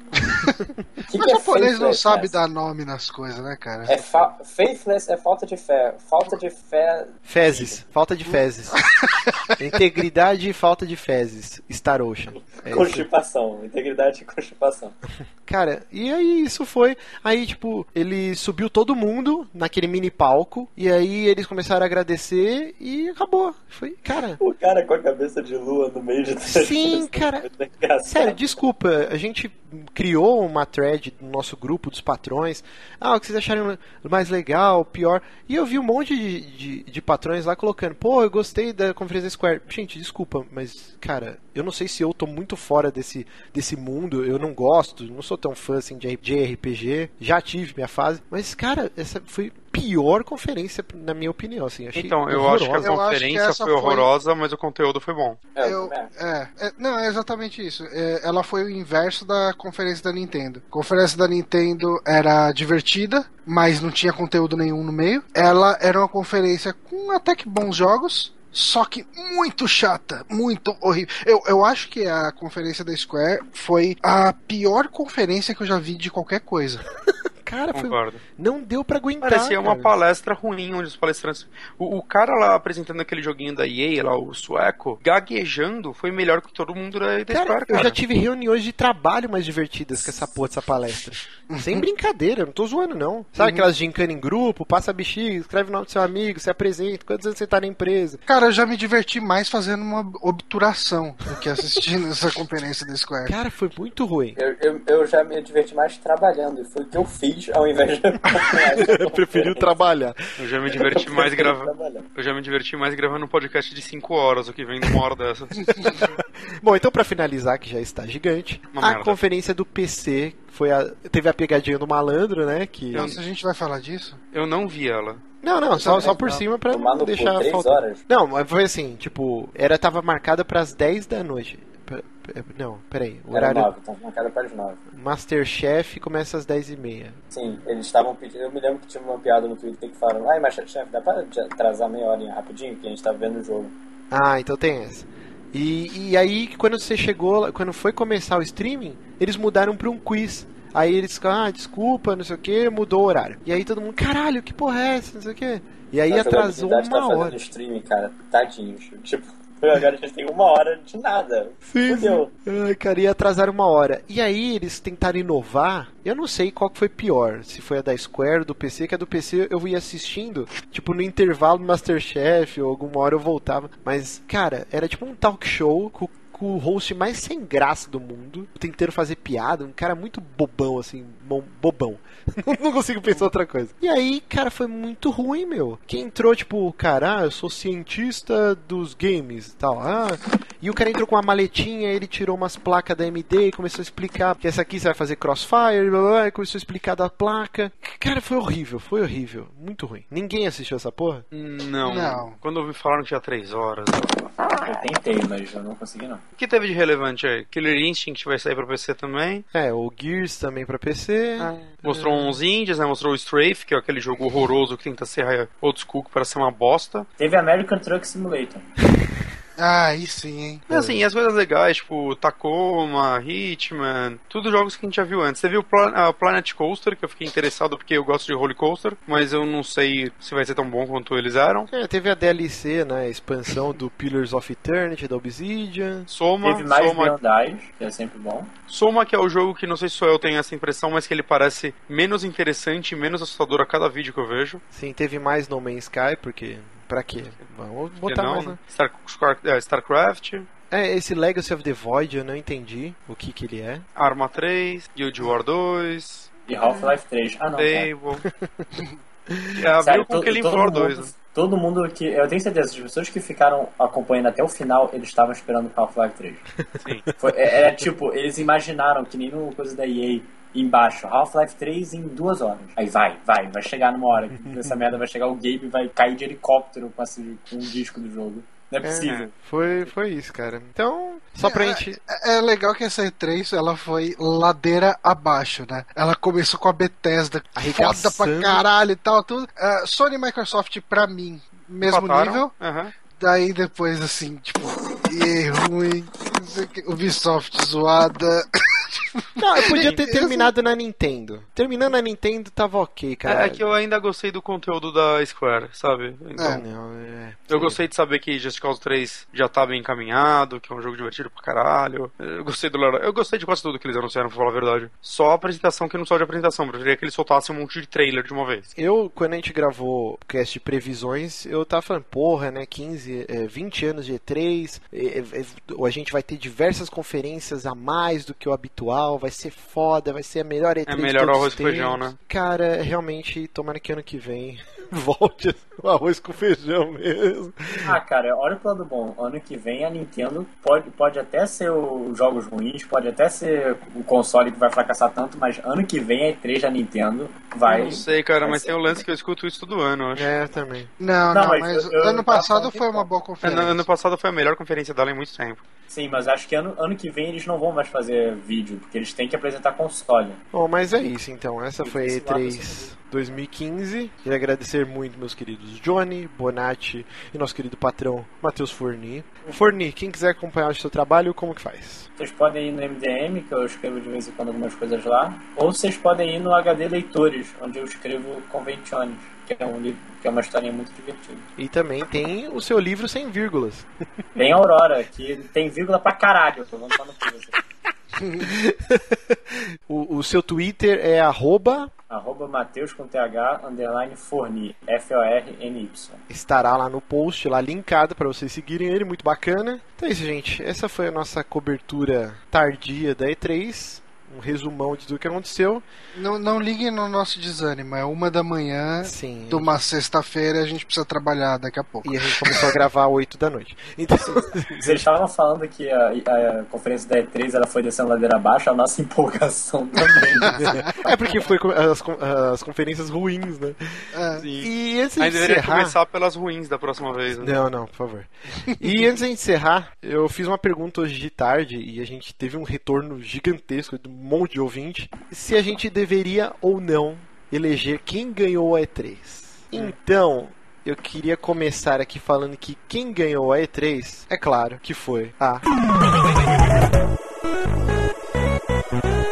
Que O que é japonês não faithlessness? sabe dar nome nas coisas, né, cara? É fa faithless é falta de fé. Falta de fé. Fezes, falta de fezes. Integridade e falta de fezes. Star Ocean. É isso. Constipação. Integridade e constipação. Cara, e aí isso foi. Aí, tipo, ele subiu todo mundo naquele mini palco. E aí eles começaram a agradecer e acabou. Foi, cara. O cara com a cabeça de lua no meio de Sim, cara. Sério, desculpa, a gente criou uma thread no nosso grupo dos patrões. Ah, o que vocês acharam mais legal, pior. E eu vi um monte de, de, de patrões lá colocando, pô, eu gostei da conferência Square. Gente, desculpa, mas, cara, eu não sei se eu tô muito fora desse, desse mundo, eu não gosto, não sou tão fã assim de R P G, já tive minha fase, mas, cara, essa foi pior conferência, na minha opinião, assim, achei Então, eu horrorosa. acho que a Eu acho que conferência essa foi foi- horrorosa, mas o conteúdo foi bom. É, Eu, é. é, é, não, é exatamente isso. É, ela foi o inverso da conferência da Nintendo. A conferência da Nintendo era divertida, mas não tinha conteúdo nenhum no meio. Ela era uma conferência com até que bons jogos, só que muito chata, muito horrível. Eu, eu acho que a conferência da Square foi a pior conferência que eu já vi de qualquer coisa. Cara, foi, Concordo. não deu pra aguentar. Parecia uma cara. palestra ruim, onde os palestrantes... O, o cara lá apresentando aquele joguinho da E A, lá, o sueco, gaguejando, foi melhor que todo mundo da, da Cara, Square, eu cara. já tive reuniões de trabalho mais divertidas que essa porra dessa palestra. Sem brincadeira, não tô zoando, não. Sabe aquelas gincana em grupo, passa a bexiga, escreve o nome do seu amigo, se apresenta, quantos anos você tá na empresa? Cara, eu já me diverti mais fazendo uma obturação do que assistindo essa conferência da Square. Cara, foi muito ruim. Eu, eu, eu já me diverti mais trabalhando, e foi o que eu fiz ao invés de. Eu preferi trabalhar. Eu já me diverti mais gravando. Trabalhando. Eu já me diverti mais gravando um podcast de cinco horas, o que vem de uma hora dessa. Bom, então pra finalizar, que já está gigante, Uma a merda. conferência do P C foi a, teve a pegadinha do malandro, né? Que... Nossa, a gente vai falar disso? Eu não vi ela. Não, não, só, só por Não. cima pra Tomar não no cu, deixar três faltar. horas? Não, mas foi assim, tipo, era tava marcada pras dez da noite. P- p- Não, peraí. O Era horário nove, tava marcada para as nove. Masterchef começa às dez e meia. Sim, eles estavam pedindo. Eu me lembro que tinha uma piada no Twitter que falaram: ai, Masterchef, dá pra te atrasar meia horinha rapidinho? Que a gente tava vendo o jogo. Ah, então tem essa. E, e aí, quando você chegou, quando foi começar o streaming, eles mudaram pra um quiz. Aí eles ficaram, ah, desculpa, não sei o que, mudou o horário. E aí todo mundo, caralho, que porra é essa, não sei o que. E aí A atrasou jogabilidade uma tá fazendo hora. streaming, cara, tadinhos. Tipo, agora a gente tem uma hora de nada. Sim, Fudeu. sim. Ai, cara, ia atrasar uma hora. E aí eles tentaram inovar. Eu não sei qual que foi pior. Se foi a da Square, do P C, que a do P C eu ia assistindo, tipo, no intervalo do Masterchef, ou alguma hora eu voltava. Mas, cara, era tipo um talk show com, com o host mais sem graça do mundo, tentando fazer piada, um cara muito bobão, assim, bom- bobão. Não consigo pensar outra coisa. E aí, cara, foi muito ruim, meu. Que entrou, tipo, cara, ah, eu sou cientista dos games e tal. Ah, e o cara entrou com uma maletinha, ele tirou umas placas da A M D e começou a explicar que essa aqui você vai fazer crossfire, blá, blá, blá, e começou a explicar da placa. Cara, foi horrível, foi horrível. Muito ruim. Ninguém assistiu essa porra? Não. Não. Quando eu ouvi falaram que tinha três horas. Eu tentei, mas eu não consegui não. O que teve de relevante aí? Killer Instinct vai sair pra P C também. É, o Gears também pra P C. Ah, mostrou é. uns indies, né? Mostrou o Strafe, que é aquele jogo horroroso que tenta ser old school para ser uma bosta. Teve American Truck Simulator. Ah, aí sim, hein? E assim, e as coisas legais, tipo Tacoma, Hitman, tudo jogos que a gente já viu antes. Você viu o Planet Coaster, que eu fiquei interessado porque eu gosto de Roller Coaster, mas eu não sei se vai ser tão bom quanto eles eram. É, teve a D L C, né, a expansão do Pillars of Eternity, da Obsidian. Soma, teve mais Soma, Beyond Eyes, que é sempre bom. Soma, que é o jogo que não sei se só eu tenho essa impressão, mas que ele parece menos interessante e menos assustador a cada vídeo que eu vejo. Sim, teve mais No Man's Sky, porque... Pra quê? Vamos botar não, mais, né? Star, Star, StarCraft. É, esse Legacy of the Void eu não entendi o que que ele é. Arma três, Guild War dois. E Half-Life três. Ah, não, Fable. Já viu com Killing Floor dois, né? Todo mundo que... Eu tenho certeza, as pessoas que ficaram acompanhando até o final, eles estavam esperando Half-Life três. Sim. Foi, era tipo, eles imaginaram que nem no coisa da E A... Embaixo, Half-Life três em duas horas. Aí vai, vai, vai chegar numa hora que essa merda vai chegar, o Gabe vai cair de helicóptero com, esse, com um disco do jogo. Não é possível. É, foi, foi isso, cara. Então, só pra é, gente... É, é legal que essa E três, ela foi ladeira abaixo, né? Ela começou com a Bethesda, foda pra caralho e tal, tudo. Uh, Sony e Microsoft, pra mim, mesmo Empataram. nível. Uhum. Daí depois, assim, tipo, e ruim, Ubisoft zoada... Não, eu podia ter terminado na Nintendo. Terminando na Nintendo tava ok, cara. É que eu ainda gostei do conteúdo da Square, sabe? Então, é, não, é... Eu gostei de saber que Just Cause três já tá bem encaminhado, que é um jogo divertido pra caralho. Eu gostei do Eu gostei de quase tudo que eles anunciaram, pra falar a verdade. Só a apresentação que não só de apresentação. Eu preferia que eles soltassem um monte de trailer de uma vez. Eu, quando a gente gravou o cast de previsões, eu tava falando, porra, né, quinze, vinte anos de E três, é, é, a gente vai ter diversas conferências a mais do que o habitual, vai ser foda, vai ser a melhor E três. É melhor o arroz com feijão, né? Cara, realmente, tomara que ano que vem volte o arroz com feijão mesmo. Ah, cara, olha o plano bom. Ano que vem a Nintendo pode, pode até ser os jogos ruins, pode até ser o console que vai fracassar tanto, mas ano que vem a E três da Nintendo vai... Eu não sei, cara, mas tem o lance que eu escuto isso todo ano, eu acho. É, também. Não, não, não mas, mas eu, ano eu passado foi uma boa conferência. Ano, ano passado foi a melhor conferência dela em muito tempo. Sim, mas acho que ano, ano que vem eles não vão mais fazer vídeo, porque eles têm que apresentar console. Bom, mas é isso então. Essa foi a E três dois mil e quinze. Queria agradecer muito meus queridos Johnny, Bonatti e nosso querido patrão Matheus Forni. Forni, quem quiser acompanhar o seu trabalho, como que faz? Vocês podem ir no M D M, que eu escrevo de vez em quando algumas coisas lá, ou vocês podem ir no H D Leitores, onde eu escrevo Conventiones, que é um livro, que é uma historinha muito divertida. E também tem o seu livro sem vírgulas. Tem Aurora, que tem vírgula pra caralho. Vamos falar no o, o seu Twitter é arroba... Arroba Mateus com T H, underline Forni, F O R N Y. Estará lá no post, lá linkado para vocês seguirem ele, muito bacana. Então é isso, gente. Essa foi a nossa cobertura tardia da E três. Um resumão de tudo que aconteceu. Não, não liguem no nosso desânimo, é uma da manhã. Sim. De uma sexta-feira, a gente precisa trabalhar daqui a pouco. E a gente começou a gravar às oito da noite. Então... Vocês estavam falando que a, a conferência da E três ela foi descendo ladeira abaixo, a nossa empolgação também. É porque foi as, as conferências ruins, né? É. E antes de Aí deveria encerrar... começar pelas ruins da próxima vez, né? Não, não, por favor. E antes de encerrar, eu fiz uma pergunta hoje de tarde e a gente teve um retorno gigantesco de um monte de ouvinte. Se a gente deveria ou não eleger quem ganhou a E três. Então, eu queria começar aqui falando que quem ganhou a E três, é claro que foi a...